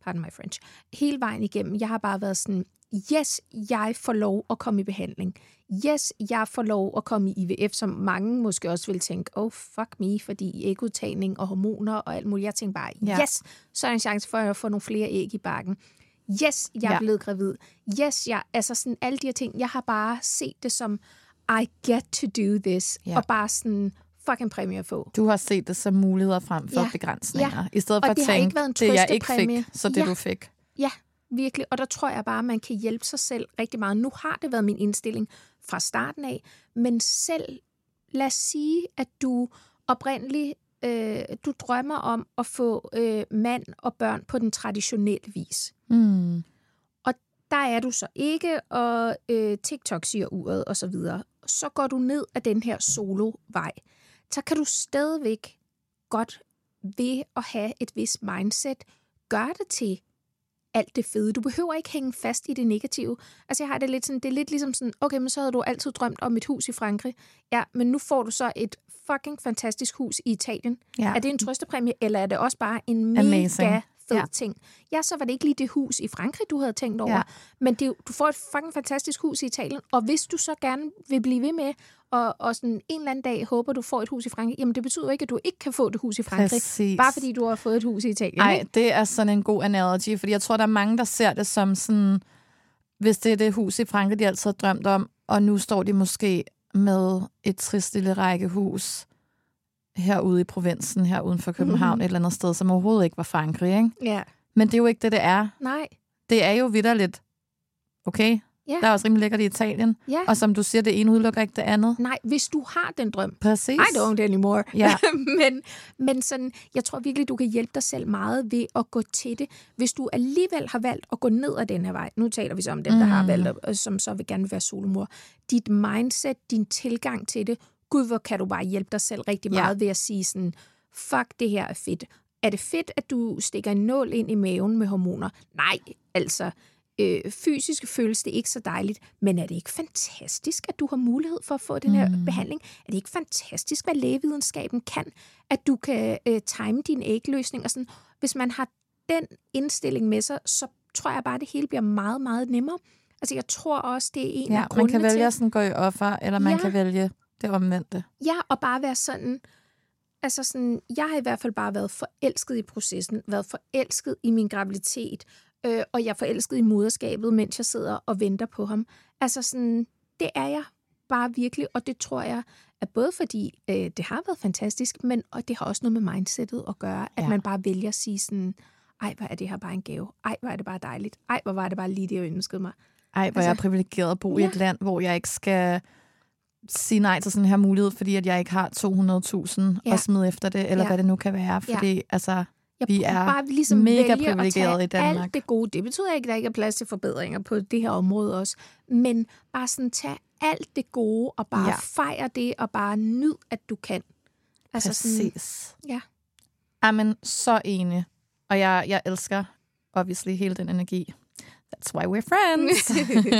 pardon my French, hele vejen igennem, jeg har bare været sådan, yes, jeg får lov at komme i behandling. Yes, jeg får lov at komme i I V F, som mange måske også vil tænke, oh fuck me, fordi ægudtagning og hormoner og alt muligt. Jeg tænker bare, ja. yes, så er der en chance for at få nogle flere æg i bakken. Yes, jeg er ja. blevet gravid. Yes, jeg, altså sådan alle de her ting. Jeg har bare set det som, I get to do this. Ja. Og bare sådan, fucking præmie at få. Du har set det som muligheder frem for ja. begrænsninger. Ja. I stedet for og at det tænke, har ikke været en det jeg ikke fik, så det ja. du fik. Ja, virkelig. Og der tror jeg bare, at man kan hjælpe sig selv rigtig meget. Nu har det været min indstilling fra starten af, men selv, lad os sige, at du oprindeligt, øh, du drømmer om at få øh, mand og børn på den traditionelle vis. Mm. Og der er du så ikke, og øh, TikTok siger uret og så videre. Så går du ned ad den her solo-vej. Så kan du stadigvæk godt ved at have et vist mindset, gøre det til alt det fede. Du behøver ikke hænge fast i det negative. Altså jeg har det lidt sådan, det er lidt ligesom sådan, okay, men så havde du altid drømt om et hus i Frankrig. Ja, men nu får du så et fucking fantastisk hus i Italien. Ja. Er det en trøstepræmie, eller er det også bare en mega Amazing. fed ja. ting? Ja, så var det ikke lige det hus i Frankrig, du havde tænkt over. Ja. Men det, du får et fucking fantastisk hus i Italien, og hvis du så gerne vil blive ved med, og, og sådan en eller anden dag håber, du får et hus i Frankrig, jamen det betyder ikke, at du ikke kan få det hus i Frankrig, Præcis. bare fordi du har fået et hus i Italien. Nej, det er sådan en god analogy, fordi jeg tror, der er mange, der ser det som sådan, hvis det er det hus i Frankrig, de altid har drømt om, og nu står de måske med et trist lille rækkehus herude i provinsen, her uden for København, mm-hmm. et eller andet sted, som overhovedet ikke var Frankrig, ikke? Ja. Men det er jo ikke det, det er. Nej. Det er jo vitterligt, okay? Ja. Der er også rimelig lækkert i Italien. Ja. Og som du siger, det ene udelukker ikke det andet. Nej, hvis du har den drøm. Præcis. I don't anymore. Ja. men, men sådan, jeg tror virkelig, du kan hjælpe dig selv meget ved at gå til det. Hvis du alligevel har valgt at gå ned ad den her vej. Nu taler vi så om dem, mm. der har valgt, og som så vil gerne være solomor. Dit mindset, din tilgang til det. Gud, hvor kan du bare hjælpe dig selv rigtig meget ja. ved at sige sådan, fuck, det her er fedt. Er det fedt, at du stikker en nål ind i maven med hormoner? Nej, altså... Øh, fysisk føles det ikke så dejligt, men er det ikke fantastisk, at du har mulighed for at få den her mm. behandling? Er det ikke fantastisk, hvad lægevidenskaben kan? At du kan øh, time din ægløsning? Og sådan. Hvis man har den indstilling med sig, så tror jeg bare, at det hele bliver meget, meget nemmere. Altså, jeg tror også, det er en ja, af grundene til... man kan vælge sådan gå i offer, eller man ja. kan vælge det omvendte. Ja, og bare være sådan... Altså sådan, jeg har i hvert fald bare været forelsket i processen, været forelsket i min graviditet, øh, og jeg er forelsket i moderskabet, mens jeg sidder og venter på ham. Altså sådan, det er jeg bare virkelig, og det tror jeg er både fordi, øh, det har været fantastisk, men og det har også noget med mindsetet at gøre, at ja. man bare vælger at sige sådan, ej, hvor er det her bare en gave. Ej, hvor er det bare dejligt. Ej, hvor var det bare lige det, jeg ønskede mig. Ej, hvor altså, jeg er privilegeret at bo ja. i et land, hvor jeg ikke skal... sige nej til sådan her mulighed, fordi at jeg ikke har to hundrede tusind ja. at smide efter det, eller ja. hvad det nu kan være, fordi ja. altså, jeg vi er bare ligesom mega privilegerede i Danmark. Alt det gode, det betyder ikke, at der ikke er plads til forbedringer på det her område også, men bare sådan tage alt det gode, og bare ja. fejre det, og bare nyd, at du kan. Altså Præcis. Sådan, ja. Amen, så enig. Og jeg, jeg elsker, obviously, hele den energi. That's why we're friends.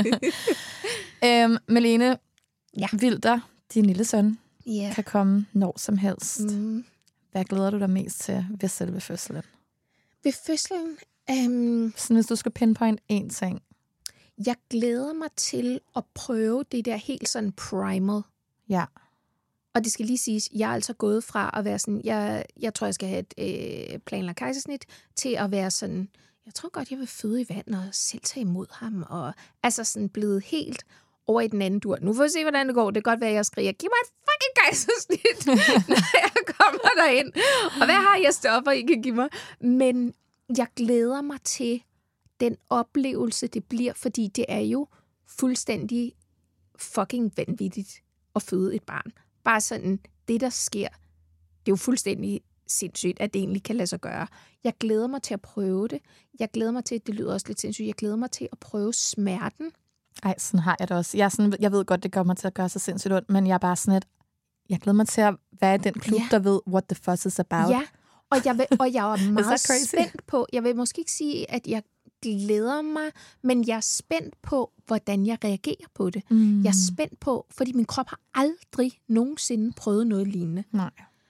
øhm, Malene, ja. Wilder, din lille søn, yeah. kan komme når som helst. Mm. Hvad glæder du dig mest til ved selve fødslen? Ved fødslen? Um, Sådan, hvis du skal pinpoint én ting. Jeg glæder mig til at prøve det der helt sådan primal. Ja. Og det skal lige siges, jeg er altså gået fra at være sådan, jeg, jeg tror, jeg skal have et øh, planlagt kejsersnit, til at være sådan, jeg tror godt, jeg vil føde i vand og selv tage imod ham. Og altså sådan blevet helt over i den anden dur. Nu får vi se, hvordan det går. Det kan godt være, at jeg skriger, giv mig et fucking kejsersnit, når jeg kommer derind. Og hvad har jeg stoffer, I kan give mig? Men jeg glæder mig til den oplevelse, det bliver, fordi det er jo fuldstændig fucking vanvittigt at føde et barn. Bare sådan, det der sker, det er jo fuldstændig sindssygt, at det egentlig kan lade sig gøre. Jeg glæder mig til at prøve det. Jeg glæder mig til, det lyder også lidt sindssygt, jeg glæder mig til at prøve smerten. Ej, sådan har jeg det også. Jeg, sådan, jeg ved godt, det kommer til at gøre sig sindssygt ondt, men jeg er bare sådan et, jeg glæder mig til at være i den klub, ja. der ved, what the fuss is about. Ja, og jeg, vil, og jeg er meget spændt på, jeg vil måske ikke sige, at jeg glæder mig, men jeg er spændt på, hvordan jeg reagerer på det. Mm. Jeg er spændt på, fordi min krop har aldrig nogensinde prøvet noget lignende. Nej.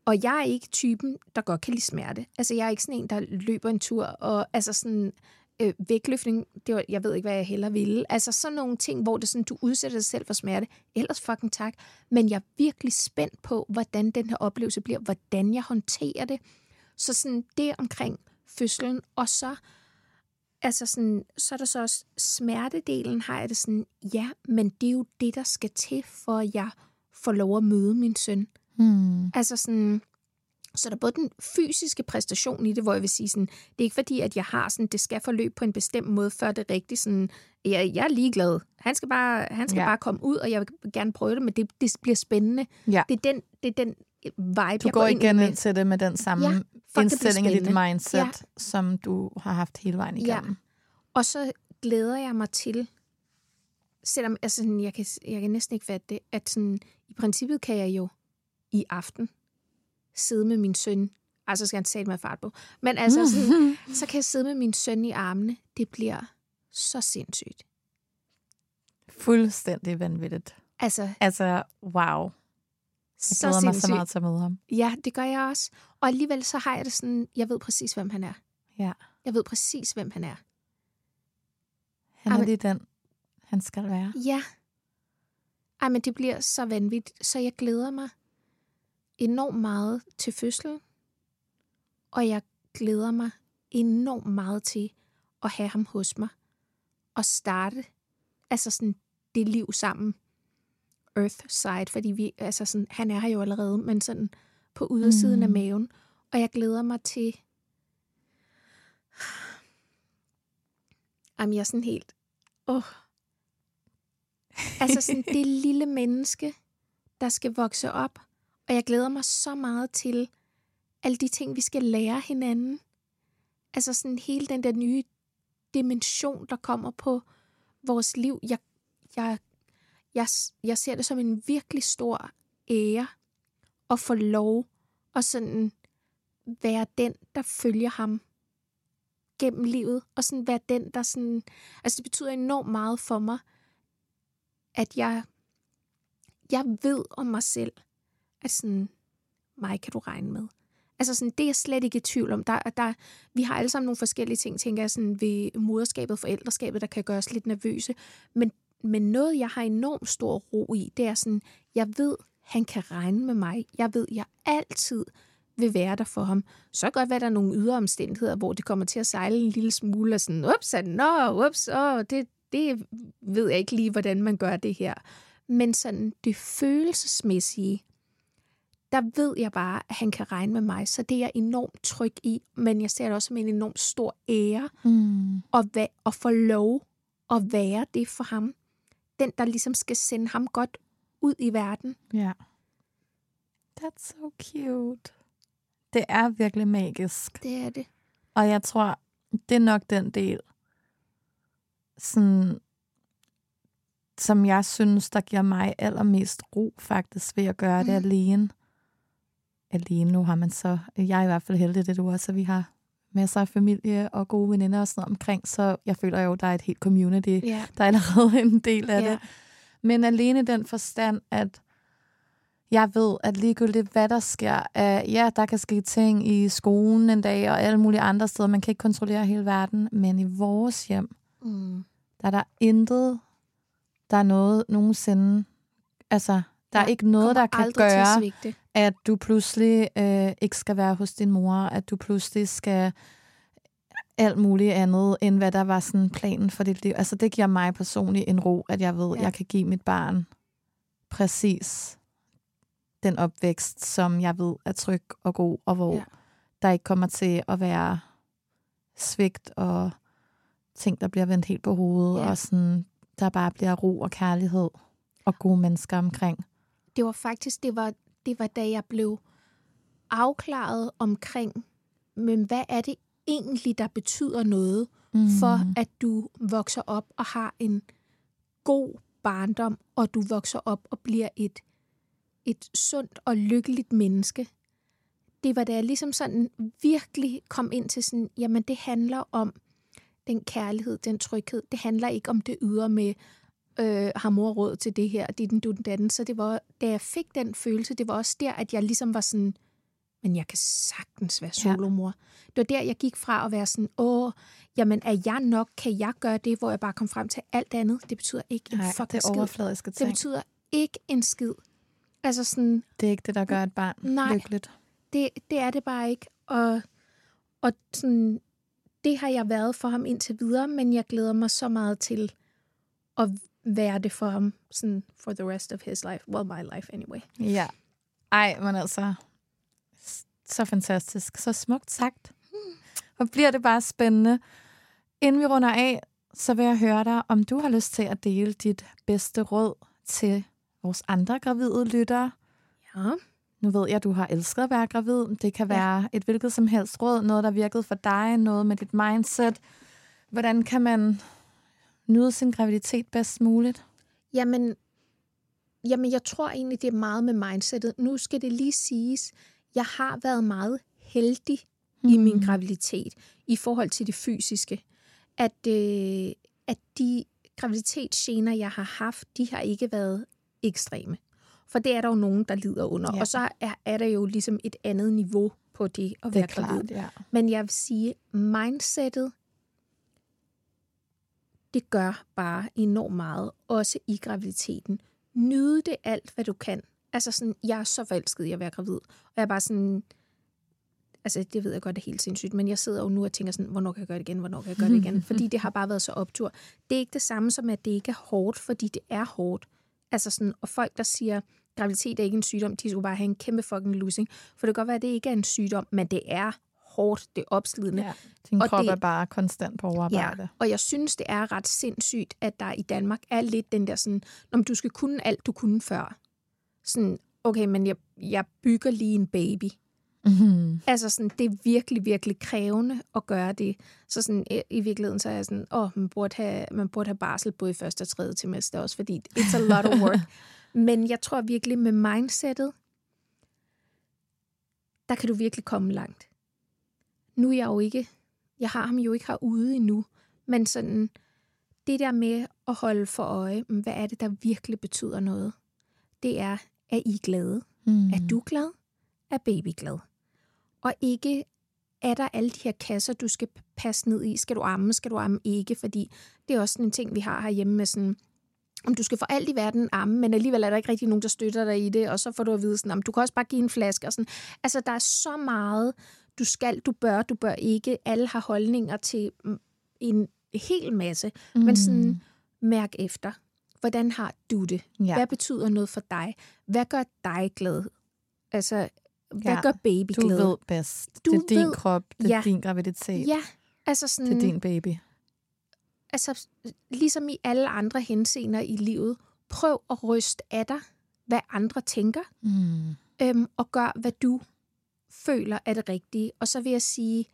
Og jeg er ikke typen, der godt kan lide smerte. Altså, jeg er ikke sådan en, der løber en tur, og altså sådan øh, vægtløftning, det var, jeg ved ikke, hvad jeg heller ville. Altså sådan nogle ting, hvor det sådan, du udsætter dig selv for smerte. Ellers fucking tak. Men jeg er virkelig spændt på, hvordan den her oplevelse bliver, hvordan jeg håndterer det. Så sådan det omkring fødslen, og så, altså sådan, så er der så også smertedelen, har jeg det sådan, ja, men det er jo det, der skal til, for at jeg får lov at møde min søn. Hmm. Altså sådan, så der er både den fysiske præstation i det, hvor jeg vil sige sådan, det er ikke fordi, at jeg har sådan, det skal forløbe på en bestemt måde, før det er rigtigt sådan, jeg, jeg er ligeglad. Han skal bare, han skal ja. bare komme ud, og jeg vil gerne prøve det, men det, det bliver spændende. Ja. Det er den, det er den vibe, du går igen ind til det med den samme ja, indstilling i dit mindset, ja. som du har haft hele vejen igennem. Ja. Og så glæder jeg mig til, selvom altså, jeg, kan, jeg kan næsten ikke fatte det, at sådan, i princippet kan jeg jo i aften sidde med min søn, altså skal han sætte mig fart på, men altså sådan, så kan jeg sidde med min søn i armene. Det bliver så sindssygt. Fuldstændig vanvittigt. Altså, altså wow. Jeg glæder mig så meget til at møde ham. Ja, det gør jeg også. Og alligevel så har jeg det sådan, jeg ved præcis, hvem han er. Ja. Jeg ved præcis, hvem han er. Han er Amen. lige den, han skal være. Ja. Ej, men det bliver så vanvittigt, så jeg glæder mig enormt meget til fødslen, og jeg glæder mig enormt meget til at have ham hos mig, og starte altså sådan det liv sammen, Earthside, fordi vi, altså sådan, han er her jo allerede, men sådan på ydersiden mm. af maven, og jeg glæder mig til, jamen jeg er sådan helt, åh, oh. altså sådan det lille menneske, der skal vokse op. Og jeg glæder mig så meget til alle de ting, vi skal lære hinanden. Altså sådan hele den der nye dimension, der kommer på vores liv. Jeg, jeg, jeg, jeg ser det som en virkelig stor ære at få lov at sådan være den, der følger ham gennem livet. Og sådan være den, der sådan... Altså det betyder enormt meget for mig, at jeg, jeg ved om mig selv, at sådan, mig kan du regne med. Altså sådan, det er jeg slet ikke i tvivl om. Der, der, vi har alle sammen nogle forskellige ting, tænker jeg, sådan, ved moderskabet og forældreskabet, der kan gøre os lidt nervøse. Men, men noget, jeg har enormt stor ro i, det er sådan, jeg ved, han kan regne med mig. Jeg ved, jeg altid vil være der for ham. Så kan godt være, der er nogle ydre omstændigheder, hvor det kommer til at sejle en lille smule, og sådan, ups, nå, ups, åh, det, det ved jeg ikke lige, hvordan man gør det her. Men sådan, det følelsesmæssige, der ved jeg bare, at han kan regne med mig, så det er jeg enormt tryg i, men jeg ser det også som en enormt stor ære, mm. at, væ- at få lov at være det for ham. Den, der ligesom skal sende ham godt ud i verden. Ja. Yeah. That's so cute. Det er virkelig magisk. Det er det. Og jeg tror, det er nok den del, sådan, som jeg synes, der giver mig allermest ro faktisk ved at gøre mm. det alene. Alene, nu har man så, jeg er i hvert fald heldig, det du også, så vi har masser af familie og gode veninder og sådan noget omkring, så jeg føler jo, der er et helt community, yeah. der er allerede en del af yeah. det. Men alene den forstand, at jeg ved, at ligegyldigt hvad der sker, at ja, der kan ske ting i skolen en dag og alle mulige andre steder, man kan ikke kontrollere hele verden, men i vores hjem, mm. der er der intet, der er noget nogensinde, altså der er ja, ikke noget, der kan gøre, at du pludselig øh, ikke skal være hos din mor, at du pludselig skal alt muligt andet, end hvad der var sådan planen for dit liv. Altså det giver mig personligt en ro, at jeg ved, at ja. jeg kan give mit barn præcis den opvækst, som jeg ved er tryg og god, og hvor ja. der ikke kommer til at være svigt og ting, der bliver vendt helt på hovedet, ja. og sådan, der bare bliver ro og kærlighed og gode mennesker omkring. Det var faktisk, det var, det var da jeg blev afklaret omkring, men hvad er det egentlig, der betyder noget, mm. for at du vokser op og har en god barndom, og du vokser op og bliver et, et sundt og lykkeligt menneske. Det var da jeg ligesom sådan virkelig kom ind til sådan, jamen det handler om den kærlighed, den tryghed. Det handler ikke om det ydre med, øh, har mor råd til det her, det den du den datten. Så det var, da jeg fik den følelse, det var også der, at jeg ligesom var sådan, men jeg kan sagtens være solomor. Ja. Det var der, jeg gik fra at være sådan, åh, jamen er jeg nok, kan jeg gøre det, hvor jeg bare kom frem til alt andet. Det betyder ikke en Nej, fucking det er overfladiske skid. ting. Det betyder ikke en skid. Altså sådan... Det er ikke det, der gør et barn nej, lykkeligt. Det, det er det bare ikke. Og, og sådan, det har jeg været for ham indtil videre, men jeg glæder mig så meget til at være det for ham sådan, for the rest of his life. Well, my life anyway. Ja. Ej, men altså... Så fantastisk. Så smukt sagt. Og bliver det bare spændende. Inden vi runder af, så vil jeg høre dig, om du har lyst til at dele dit bedste råd til vores andre gravide lyttere. Ja. Nu ved jeg, at du har elsket at være gravid. Det kan være ja. et hvilket som helst råd. Noget, der virkede for dig. Noget med dit mindset. Hvordan kan man nyde sin graviditet bedst muligt? Jamen, jamen, jeg tror egentlig, det er meget med mindsetet. Nu skal det lige siges, jeg har været meget heldig mm. i min graviditet i forhold til det fysiske. At, øh, at de graviditetsgener, jeg har haft, de har ikke været ekstreme. For det er der jo nogen, der lider under. Ja. Og så er, er der jo ligesom et andet niveau på det at være det er gravid. Klart, ja. Men jeg vil sige, mindsetet, det gør bare enormt meget, også i graviditeten. Nyde det alt, hvad du kan. Altså sådan, jeg er så forelsket i at være gravid. Og jeg er bare sådan, altså det ved jeg godt, det er helt sindssygt, men jeg sidder jo nu og tænker sådan, hvornår kan jeg gøre det igen, hvornår kan jeg gøre det igen? Fordi det har bare været så optur. Det er ikke det samme som, at det ikke er hårdt, fordi det er hårdt. Altså sådan, og folk, der siger, graviditet er ikke en sygdom, de skulle bare have en kæmpe fucking losing. For det kan godt være, at det ikke er en sygdom, men det er hårdt, det er opslidende. Ja, din og krop det, er bare konstant på overarbejde. Ja, og jeg synes, det er ret sindssygt, at der i Danmark er lidt den der sådan, om du skal kunne alt, du kunne før. Sådan, okay, men jeg, jeg bygger lige en baby. Mm-hmm. Altså sådan, det er virkelig, virkelig krævende at gøre det. Så sådan, i, i virkeligheden, så er jeg sådan, åh, man burde have, man burde have barsel både i første og tredje trimester også, fordi it's a lot of work. Men jeg tror virkelig, med mindsetet, der kan du virkelig komme langt. Nu er jeg jo ikke, jeg har ham jo ikke herude endnu, men sådan, det der med at holde for øje, hvad er det, der virkelig betyder noget? Det er, er I glade? Mm. Er du glad? Er baby glad? Og ikke, er der alle de her kasser, du skal passe ned i? Skal du amme? Skal du amme ikke? Fordi det er også sådan en ting, vi har herhjemme med sådan, om du skal for alt i verden amme, men alligevel er der ikke rigtig nogen, der støtter dig i det, og så får du at vide sådan, om du kan også bare give en flaske. Og sådan. Altså, der er så meget, du skal, du bør, du bør ikke. Alle har holdninger til en hel masse, mm. men sådan, mærk efter. Hvordan har du det? Ja. Hvad betyder noget for dig? Hvad gør dig glad? Altså, hvad ja, gør baby du glad? Du ved bedst. Du det er din ved, krop, det er ja, din graviditet. Ja, altså sådan... Det er din baby. Altså, ligesom i alle andre henseender i livet, prøv at ryste af dig, hvad andre tænker, mm. øhm, og gør, hvad du føler er det rigtige. Og så vil jeg sige,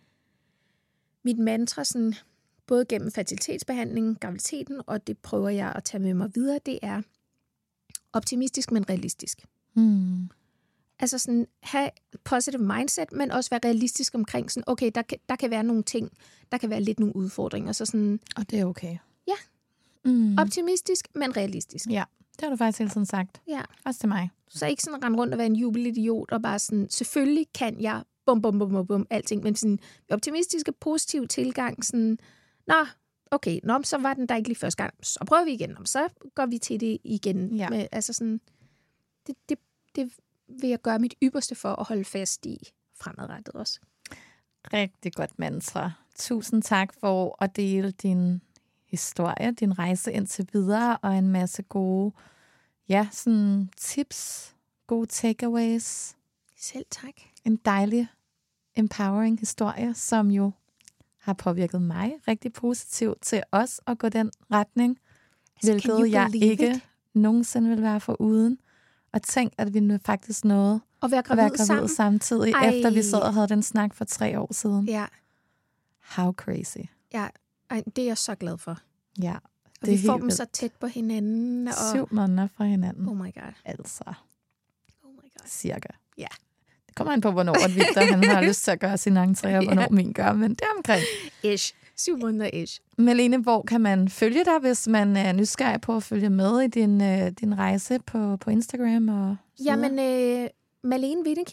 mit mantra, sådan, både gennem fertilitetsbehandlingen, graviditeten, og det prøver jeg at tage med mig videre, det er optimistisk, men realistisk. Mm. Altså sådan, have positive mindset, men også være realistisk omkring sådan, okay, der kan, der kan være nogle ting, der kan være lidt nogle udfordringer. Så sådan, og det er okay. Ja. Mm. Optimistisk, men realistisk. Ja, det har du faktisk hele tiden sagt. Ja. Også til mig. Så ikke sådan rende rundt og være en jubelidiot, og bare sådan, selvfølgelig kan jeg, bum, bum, bum, bum, bum, alting, men sådan optimistisk og positiv tilgang, sådan, nå, okay, nå, så var den der ikke lige første gang, så prøver vi igen, så går vi til det igen. Ja. Med, altså sådan, det, det, det vil jeg gøre mit ypperste for at holde fast i fremadrettet også. Rigtig godt mantra. Tusind tak for at dele din historie, din rejse indtil videre, og en masse gode, ja, sådan tips, gode takeaways. Selv tak. En dejlig, empowering historie, som jo har påvirket mig rigtig positivt til os at gå den retning, altså, hvilket jeg ikke it? nogensinde vil være foruden. Og tænk, at vi nu faktisk nåede at være gravid, at være gravid samtidig, Ej. efter vi sad og havde den snak for tre år siden. Ja. How crazy. Ja, Ej, det er jeg så glad for. Ja, og det vi får dem vildt. Så tæt på hinanden. Og... Syv måneder fra hinanden. Oh my god. Altså. Oh my god. Cirka. Ja. Det kommer an på, hvornår at Victor han har lyst til at gøre sin entré, og hvornår ja. min gør, men det er omkring. Ish. Syv måneder ish. Malene, hvor kan man følge dig, hvis man er nysgerrig på at følge med i din, øh, din rejse på, på Instagram? Og Jamen, øh, Malene Wittenkilde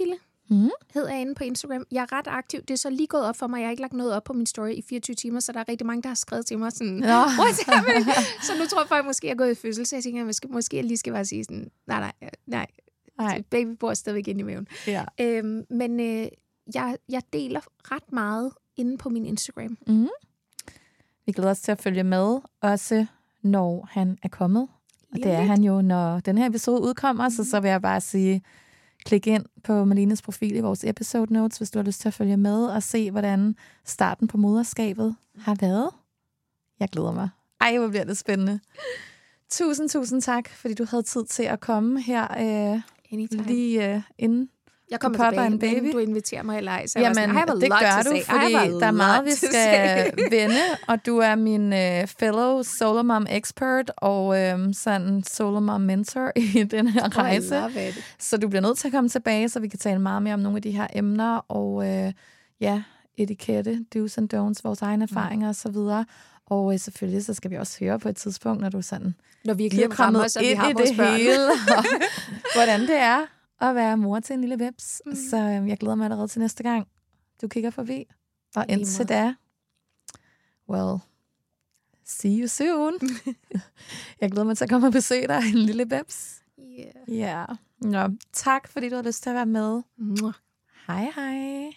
Mm. Hedder jeg inde på Instagram. Jeg er ret aktiv. Det er så lige gået op for mig. Jeg har ikke lagt noget op på min story i fireogtyve timer, så der er rigtig mange, der har skrevet til mig sådan, what's happening? Så nu tror jeg folk måske er gået i fødsel, så jeg tænker, at jeg måske lige skal bare sige sådan, nej, nej, nej. nej. Baby bor stadigvæk inde i maven. Ja. Øhm, men øh, jeg, jeg deler ret meget inde på min Instagram. Mm. Vi glæder os til at følge med, også når han er kommet. Og det er han jo, når den her episode udkommer, så så vil jeg bare sige, klik ind på Malines profil i vores episode notes, hvis du har lyst til at følge med og se, hvordan starten på moderskabet har været. Jeg glæder mig. Ej, hvor bliver det spændende. Tusind, tusind tak, fordi du havde tid til at komme her øh, lige øh, inden. Jeg kommer tilbage, en baby. Du inviterer mig eller ej. Så Jamen, sådan, det gør du, fordi der er meget, vi skal vende, og du er min øh, fellow solo mom expert og øh, sådan solo mom mentor i den her rejse. Så du bliver nødt til at komme tilbage, så vi kan tale meget mere om nogle af de her emner, og øh, ja, etikette, do's and don'ts, vores egne erfaringer mm. og så videre. Og øh, selvfølgelig, så skal vi også høre på et tidspunkt, når du sådan når vi er kommet så vi har vores det børn. Hele, og hvordan det er at være mor til en lille veps. Mm. Så øh, jeg glæder mig allerede til næste gang, du kigger forbi. Og indtil da, well, see you soon. Jeg glæder mig til at komme og besøge dig, en lille veps. Ja. Yeah. Yeah. Nå, tak, fordi du har lyst til at være med. Mwah. Hej, hej.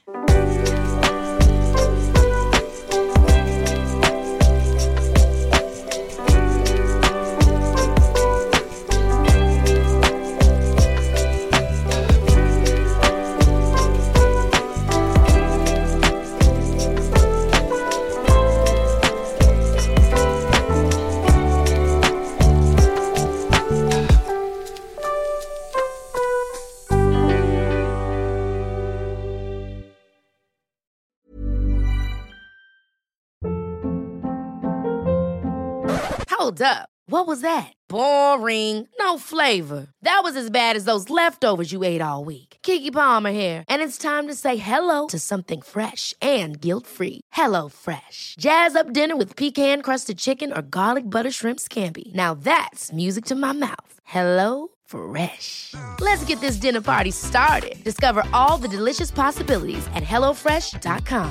Hold up. What was that? Boring. No flavor. That was as bad as those leftovers you ate all week. Keke Palmer here, and it's time to say hello to something fresh and guilt-free. Hello Fresh. Jazz up dinner with pecan-crusted chicken or garlic butter shrimp scampi. Now that's music to my mouth. Hello Fresh. Let's get this dinner party started. Discover all the delicious possibilities at hello fresh dot com.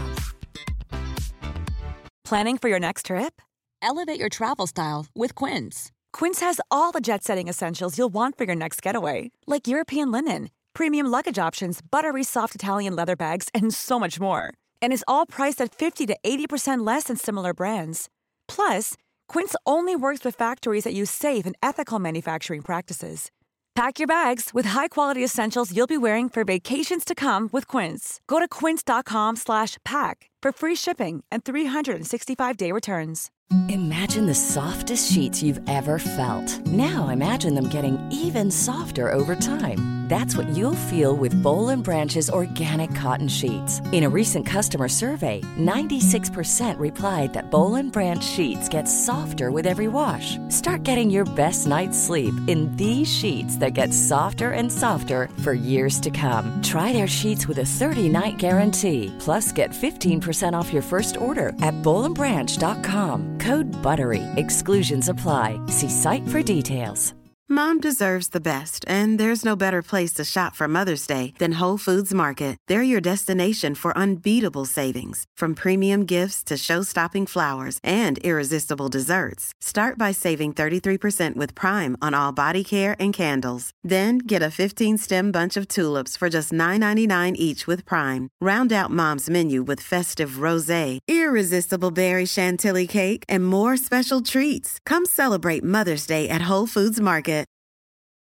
Planning for your next trip? Elevate your travel style with Quince. Quince has all the jet-setting essentials you'll want for your next getaway, like European linen, premium luggage options, buttery soft Italian leather bags, and so much more. And is all priced at fifty to eighty percent less than similar brands. Plus, Quince only works with factories that use safe and ethical manufacturing practices. Pack your bags with high-quality essentials you'll be wearing for vacations to come with Quince. Go to quince.com slash pack for free shipping and three sixty-five day returns. Imagine the softest sheets you've ever felt. Now imagine them getting even softer over time. That's what you'll feel with Boll and Branch's organic cotton sheets. In a recent customer survey, ninety-six percent replied that Boll and Branch sheets get softer with every wash. Start getting your best night's sleep in these sheets that get softer and softer for years to come. Try their sheets with a thirty-night guarantee. Plus, get fifteen percent off your first order at boll and branch dot com. Code BUTTERY. Exclusions apply. See site for details. Mom deserves the best, and there's no better place to shop for Mother's Day than Whole Foods Market. They're your destination for unbeatable savings, from premium gifts to show-stopping flowers and irresistible desserts. Start by saving thirty-three percent with Prime on all body care and candles. Then get a fifteen-stem bunch of tulips for just nine ninety-nine each with Prime. Round out Mom's menu with festive rosé, irresistible berry chantilly cake, and more special treats. Come celebrate Mother's Day at Whole Foods Market.